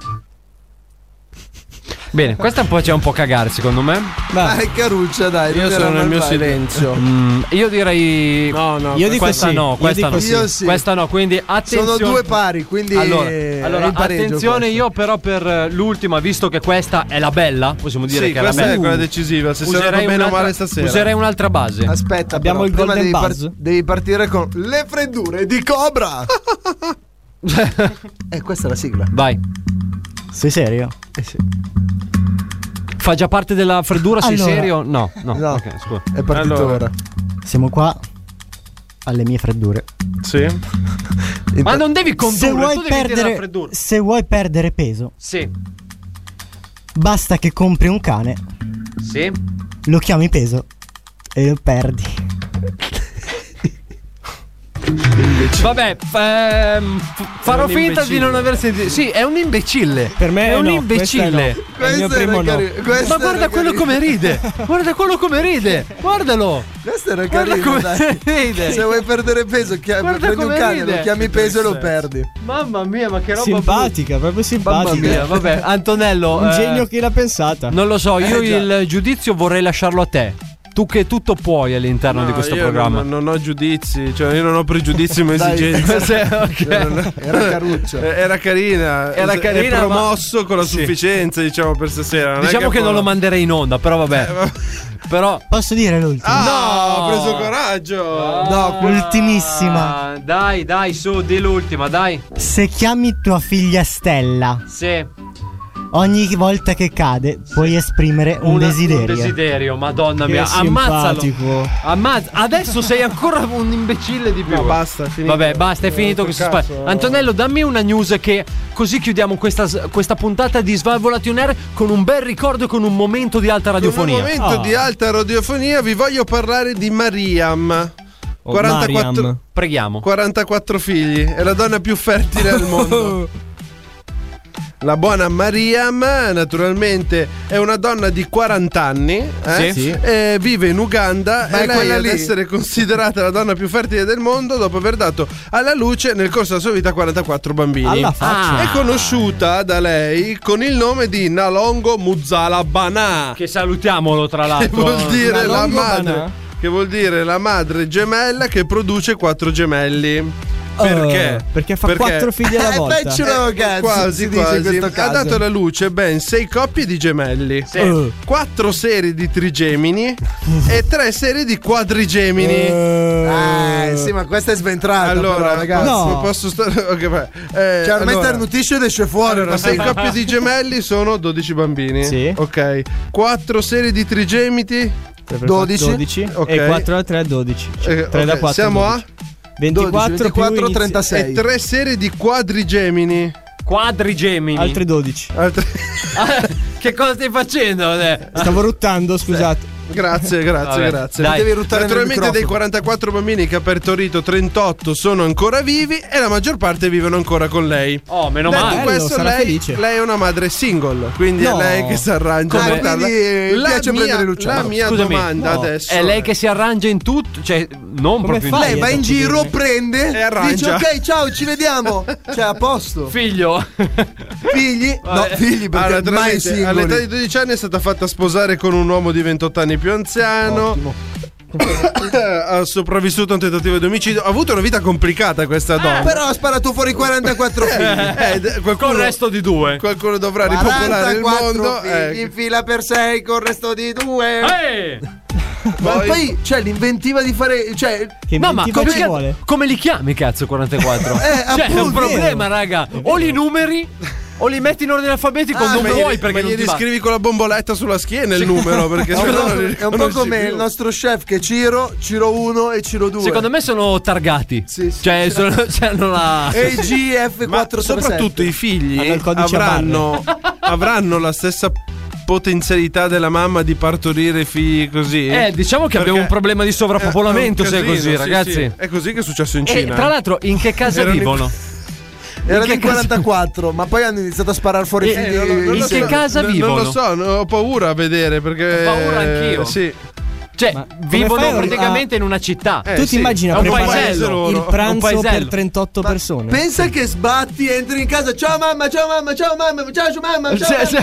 Bene, questa un po' c'è un po' cagare secondo me. Dai, Caruccia, dai. Io non sono era nel mio malvagio. silenzio. Mm, io direi No, no. Io dico questa sì. no, Io questa dico no. sì. Io sì. Questa no, quindi attenzione. Sono due pari, quindi Allora, è allora in pareggio attenzione, questo. io però per eh, l'ultima, visto che questa è la bella, possiamo dire Sì, che è la questa bella. è quella decisiva. Se sarà bene o un'altra- male stasera. Userei un'altra base. Aspetta, Abbiamo però, il prima golden devi, buzz. devi partire con le freddure di Cobra. Eh, questa è la sigla. Vai. Sei serio? Eh sì. Fa già parte della freddura, sei Allora. serio? No, no. No, Ok, scusa. è partito Allora. ora. Siamo qua alle mie freddure. Sì. Ma non devi Se condurre, vuoi, tu devi dire la perdere, freddura. se vuoi perdere peso, Sì. basta che compri un cane, Sì. lo chiami peso e lo perdi. Vabbè, f- ehm, f- farò un finta di imbecille. non aver sentito. Sì, è un imbecille. Per me è un no, imbecille. questa no. È il mio Questa era primo no. cari- questa Ma guarda era quello carina. come ride. Guarda quello come ride. Guardalo. Questa era Guarda carina, come dai. ride. Se vuoi perdere peso, chia- Guarda prendi un come cane, ride. lo chiami peso e lo perdi. Mamma mia, ma che roba Simpatica, proprio brutta. simpatica. Mamma mia, vabbè, Antonello. Un eh, genio chi l'ha pensata. Non lo so, io Eh, già. il giudizio vorrei lasciarlo a te. Tu che tutto puoi all'interno No, di questo io programma. Non, non ho giudizi, cioè io non ho pregiudizi ma Dai. esigenze. Sì, ok. Cioè, non- Era Caruccio. Eh, Era carina. Era È carina, promosso con la Sì. sufficienza, diciamo, per stasera. Non è Diciamo che, poi- non lo manderei in onda, però vabbè. Eh, vabbè. Però. Posso dire l'ultima? Ah, No! ho preso coraggio. No, Ultimissima. Ah, dai, dai, su, di l'ultima, dai. Se chiami tua figlia Stella, Sì. ogni volta che cade puoi esprimere un Una- desiderio. Un desiderio, madonna Che mia. Ammazzalo. simpatico. Ammazza. Adesso sei ancora un imbecille di più. No, basta, è finito. Vabbè, basta, è finito Eh, questo cazzo. spazio. Antonello, dammi una news che così chiudiamo questa, questa puntata di Svalvolati on Air con un bel ricordo e con un momento di alta In un radiofonia. momento Ah. di alta radiofonia vi voglio parlare di Mariam. Oh, quarantaquattro, Mariam. Preghiamo. quarantaquattro figli. È la donna più fertile al mondo. La buona Mariam, naturalmente, è una donna di quaranta anni. Eh? Sì. Sì. E vive in Uganda. Ma e è lei quella ad lì? essere considerata la donna più fertile del mondo dopo aver dato alla luce nel corso della sua vita quarantaquattro bambini. Alla faccia. Ah. È conosciuta da lei con il nome di Nalongo Muzala Bana. Che salutiamolo, tra Che l'altro. vuol dire la Nalongo madre. Bana? Che vuol dire la madre gemella che produce quattro gemelli. Perché? Oh, perché fa quattro figli alla Eh, volta. faccelo, cazzo, Quasi, si dice in quasi. questo Ha caso. dato alla luce ben sei coppie di gemelli, Sì. Oh. quattro serie di trigemini e tre serie di quadrigemini. Eh, sì, ma questa è sventrata. Allora, però, ragazzi. No. posso stare. Ok, vai. Eh, Cioè, ormai allora, starnutisce ed esce fuori. allora, sei coppie di gemelli sono dodici bambini. Sì. Ok. quattro serie di trigemiti. dodici. dodici Ok. e quattro da tre, dodici. Cioè, Eh, tre da ok, quattro. siamo a ventiquattro, dodici, ventiquattro, più inizi- trentasei. e tre serie di quadrigemini. Quadrigemini. Altri dodici. Altre- Che cosa stai facendo? Eh? Stavo ruttando, scusate. Grazie, grazie, Vabbè, grazie. dai. Devi ruttare nel Naturalmente dei microfono. quarantaquattro bambini che ha partorito trentotto sono ancora vivi e la maggior parte vivono ancora con lei. Oh, meno Detto male. Bello, questo, sarà lei, felice. lei è una madre single, quindi No. è lei che si arrangia. Ah, a portarla. quindi la piace mia, prendere l'uccello. la mia Scusami, domanda no. adesso È lei che si arrangia in tutto, cioè non Come proprio fai? in Lei va in dopo giro, dirmi. prende E arrangia. dice ok, ciao, ci vediamo. Cioè, a posto. figlio. Figli? No, Vabbè. figli Ah, perché mai naturalmente, singoli. all'età di dodici anni è stata fatta sposare con un uomo di ventotto anni più anziano. Ottimo. Ha sopravvissuto a un tentativo di omicidio. Ha avuto una vita complicata questa donna. Però ha sparato fuori quarantaquattro figli. Eh, d- qualcuno, Con il resto di due. qualcuno dovrà ripopolare il quarantaquattro mondo. figli eh. in fila per sei con il resto di due. Ehi! Ma poi c'è l'inventiva di fare. Cioè, no, ma come, come li chiami, cazzo, quarantaquattro? Eh, cioè, è un appunto. problema, raga. O li numeri o li metti in ordine alfabetico, Ah, non ma vuoi gli- perché ma non glieli ti va. scrivi con la bomboletta sulla schiena il numero, perché È un, sennò po', non li è un po' riconosci come più. il nostro chef che è Ciro, Ciro uno e Ciro due. Secondo me sono targati. Sì, sì. Cioè, sono, cioè hanno la. A G F Ma quattro sette soprattutto i Hanno figli il codice a avranno, avranno la stessa potenzialità della mamma di partorire figli così. Eh, diciamo che abbiamo un problema di sovrappopolamento, È un se è casino, così, sì, ragazzi. sì. È così che è successo in E Cina. tra l'altro, in che casa Erano in- vivono? Erano che in quarantaquattro, ma poi hanno iniziato a sparare fuori Eh, figli. non lo- non lo in so. serie. che casa Non- vivono? Non lo so, no, ho paura a vedere perché. Ho paura anch'io. Sì. Cioè, vivono fai a- praticamente in una città. Eh, tu ti sì. immagini È a un preparare paesello, il un pranzo paesello. per trentotto persone? Pensa che sbatti, entri in casa, ciao mamma, ciao mamma, ciao mamma, ciao ciao mamma, ciao Cioè,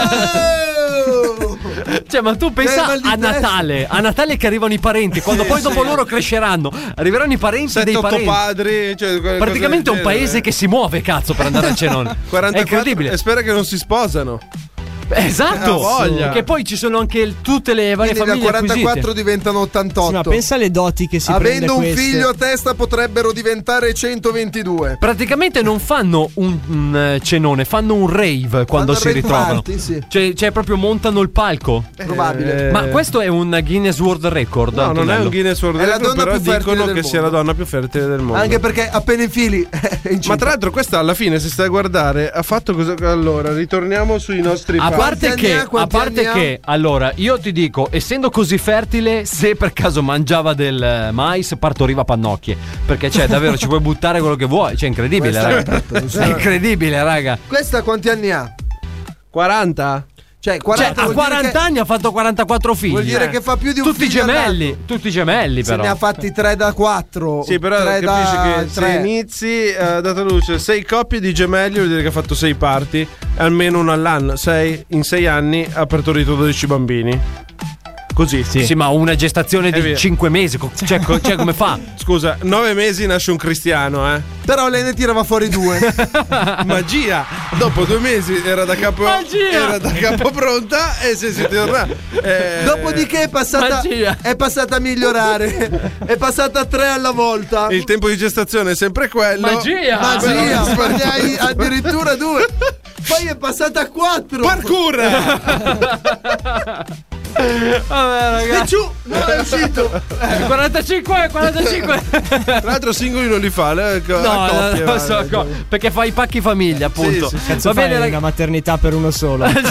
mamma. Oh! Cioè, ma tu pensa Eh, mal di a testa. Natale, a Natale che arrivano i parenti, quando poi dopo loro cresceranno, arriveranno i parenti Sette, dei otto parenti. padri. Cioè, quelle Praticamente è cose un del paese genere. che si muove, cazzo, per andare al cenone. È quarantaquattro incredibile. E spera che non si sposano. Esatto. Ha voglia. Che poi ci sono anche il- tutte le varie Quindi da famiglie quarantaquattro acquisite. diventano ottantotto. Sì, ma pensa alle doti che si prende Avendo un queste. figlio a testa potrebbero diventare centoventidue. Praticamente non fanno un, un, eh, cenone, fanno un rave quando Fanno si rave ritrovano. party, sì. Cioè, cioè, proprio montano il palco. Probabile. Eh, Ma questo è un Guinness World Record. No, non è Antonello. un Guinness World È la Record, donna però più fertile dicono del che sia la mondo. donna più fertile del mondo. Anche perché appena infili è Ma incinta. tra l'altro questa alla fine, se stai a guardare, ha fatto cosa. Allora, ritorniamo sui nostri A fatti. parte anni che, ha? a Quanti parte anni ha? che, allora, io ti dico, essendo così fertile, se per caso mangiava del eh, mais, partoriva pannocchie. Perché, cioè, davvero, ci puoi buttare quello che vuoi. Cioè, è incredibile, Questa- raga. questa- È incredibile, raga. Questa quanti anni ha? quaranta? Cioè, Cioè, quaranta a vuol dire quaranta che- anni ha fatto quarantaquattro figli. Vuol dire eh. che fa più di un Tutti figlio gemelli, all'anno. tutti gemelli, Se però. ne ha fatti tre da quattro. Sì, però tre capisci da che se tre. inizi eh, ha dato luce sei coppie di gemelli, vuol dire che ha fatto sei parti, almeno uno all'anno. Sei, in sei anni ha partorito dodici bambini. Così. Sì. ma una gestazione È di vero. cinque mesi, co- cioè, co- cioè, come fa? Scusa, nove mesi nasce un cristiano, eh. Però lei ne tirava fuori due. Magia! Dopo due mesi era da capo, Magia! era da capo pronta e se si torna. Eh, Dopodiché è passata, Magia. è passata a migliorare. È passata a tre alla volta. il tempo di gestazione è sempre quello. Magia! Magia, ma ne hai addirittura due. Poi è passata a quattro. Parkour! Vabbè, E ragazzi. giù, non è uscito. quarantacinque, quarantacinque. Tra l'altro singoli non li fa, le, No, a no, coppie, no, va, so, eh, co- perché fa i pacchi famiglia, appunto. Sì, sì, sì. Cazzo Va fai bene, una ragazzi. maternità per uno solo. È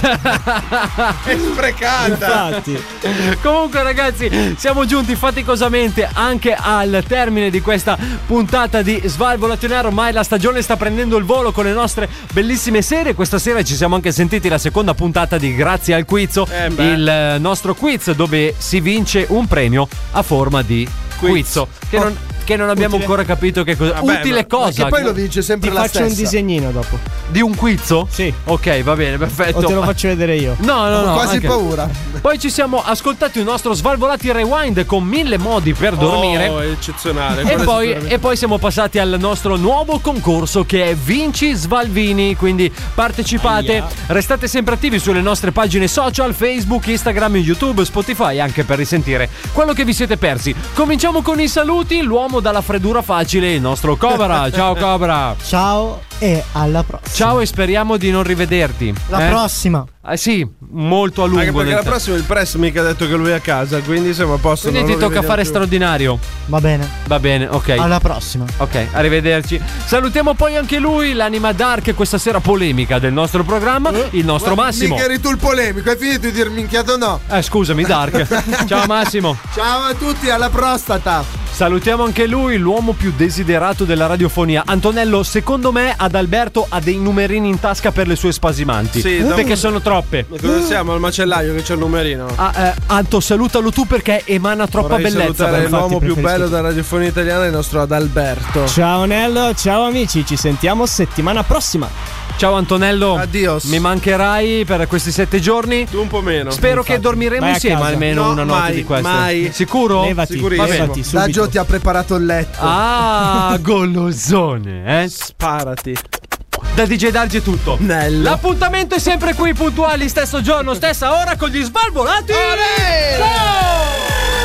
sprecata. Infatti. Comunque, ragazzi, siamo giunti faticosamente anche al termine di questa puntata di Svalvolation. Ormai la stagione sta prendendo il volo con le nostre bellissime serie. Questa sera ci siamo anche sentiti la seconda puntata di Grazie al Quizzo, Eh beh. il eh, nostro quiz dove si vince un premio a forma di quizzo che non, che non abbiamo Utile. ancora capito che cosa. Vabbè, Utile ma- cosa? Che poi lo vince sempre Ti la faccio un stessa. disegnino dopo. Di un quizzo? Sì. Ok, va bene, perfetto. O te lo faccio vedere io. No, no, no. Ho quasi anche- paura. Poi ci siamo ascoltati un nostro Svalvolati Rewind con mille modi per dormire. Oh, eccezionale. E Quello è poi, sicuramente- e poi siamo passati al nostro nuovo concorso che è Vinci Svalvini. Quindi partecipate, Aia. restate sempre attivi sulle nostre pagine social, Facebook, Instagram, YouTube, Spotify, anche per risentire quello che vi siete persi. Cominciamo con i saluti. L'uomo dalla freddura facile, il nostro Cobra. Ciao Cobra. Ciao e alla prossima. Ciao e speriamo di non rivederti. La eh? prossima. Ah, sì, molto a lungo. Anche perché nel la te- prossima il press mica ha detto che lui è a casa, quindi siamo a posto. Quindi non ti lo tocca rivediamo fare più. straordinario. Va bene. Va bene, ok. Alla prossima. Ok, arrivederci. Salutiamo poi anche lui, l'anima dark questa sera polemica del nostro programma, il nostro Ma Massimo. Mica eri tu il polemico, hai finito di dir minchiato no. Eh, scusami, Dark. Ciao Massimo. Ciao a tutti, alla prostata. Salutiamo anche lui, l'uomo più desiderato della radiofonia. Antonello, secondo me ad Alberto ha dei numerini in tasca per le sue spasimanti. Sì, da- perché sono troppe. Ma cosa siamo? Al macellaio che c'è il numerino. Ah, eh, Anto, salutalo tu perché emana troppa Vorrei bellezza. salutare per- l'uomo più preferisco bello tu. della radiofonia italiana, il nostro Adalberto. Ciao Nello, ciao amici, ci sentiamo settimana prossima. Ciao Antonello. Addios. Mi mancherai per questi sette giorni. Tu un po' meno. Spero Infatti. che dormiremo Vai a insieme casa. almeno No, una notte mai, di queste. mai. Sicuro? Levati, Sicurissimo. levati subito. Daggio ti ha preparato il letto. Ah, golosone, eh? Sparati. Da D J Darge è tutto. Nello. L'appuntamento è sempre qui, puntuali, stesso giorno, stessa ora con gli Svalvolati. Ciao!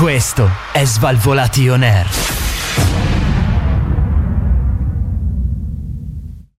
Questo è Svalvolati On Air.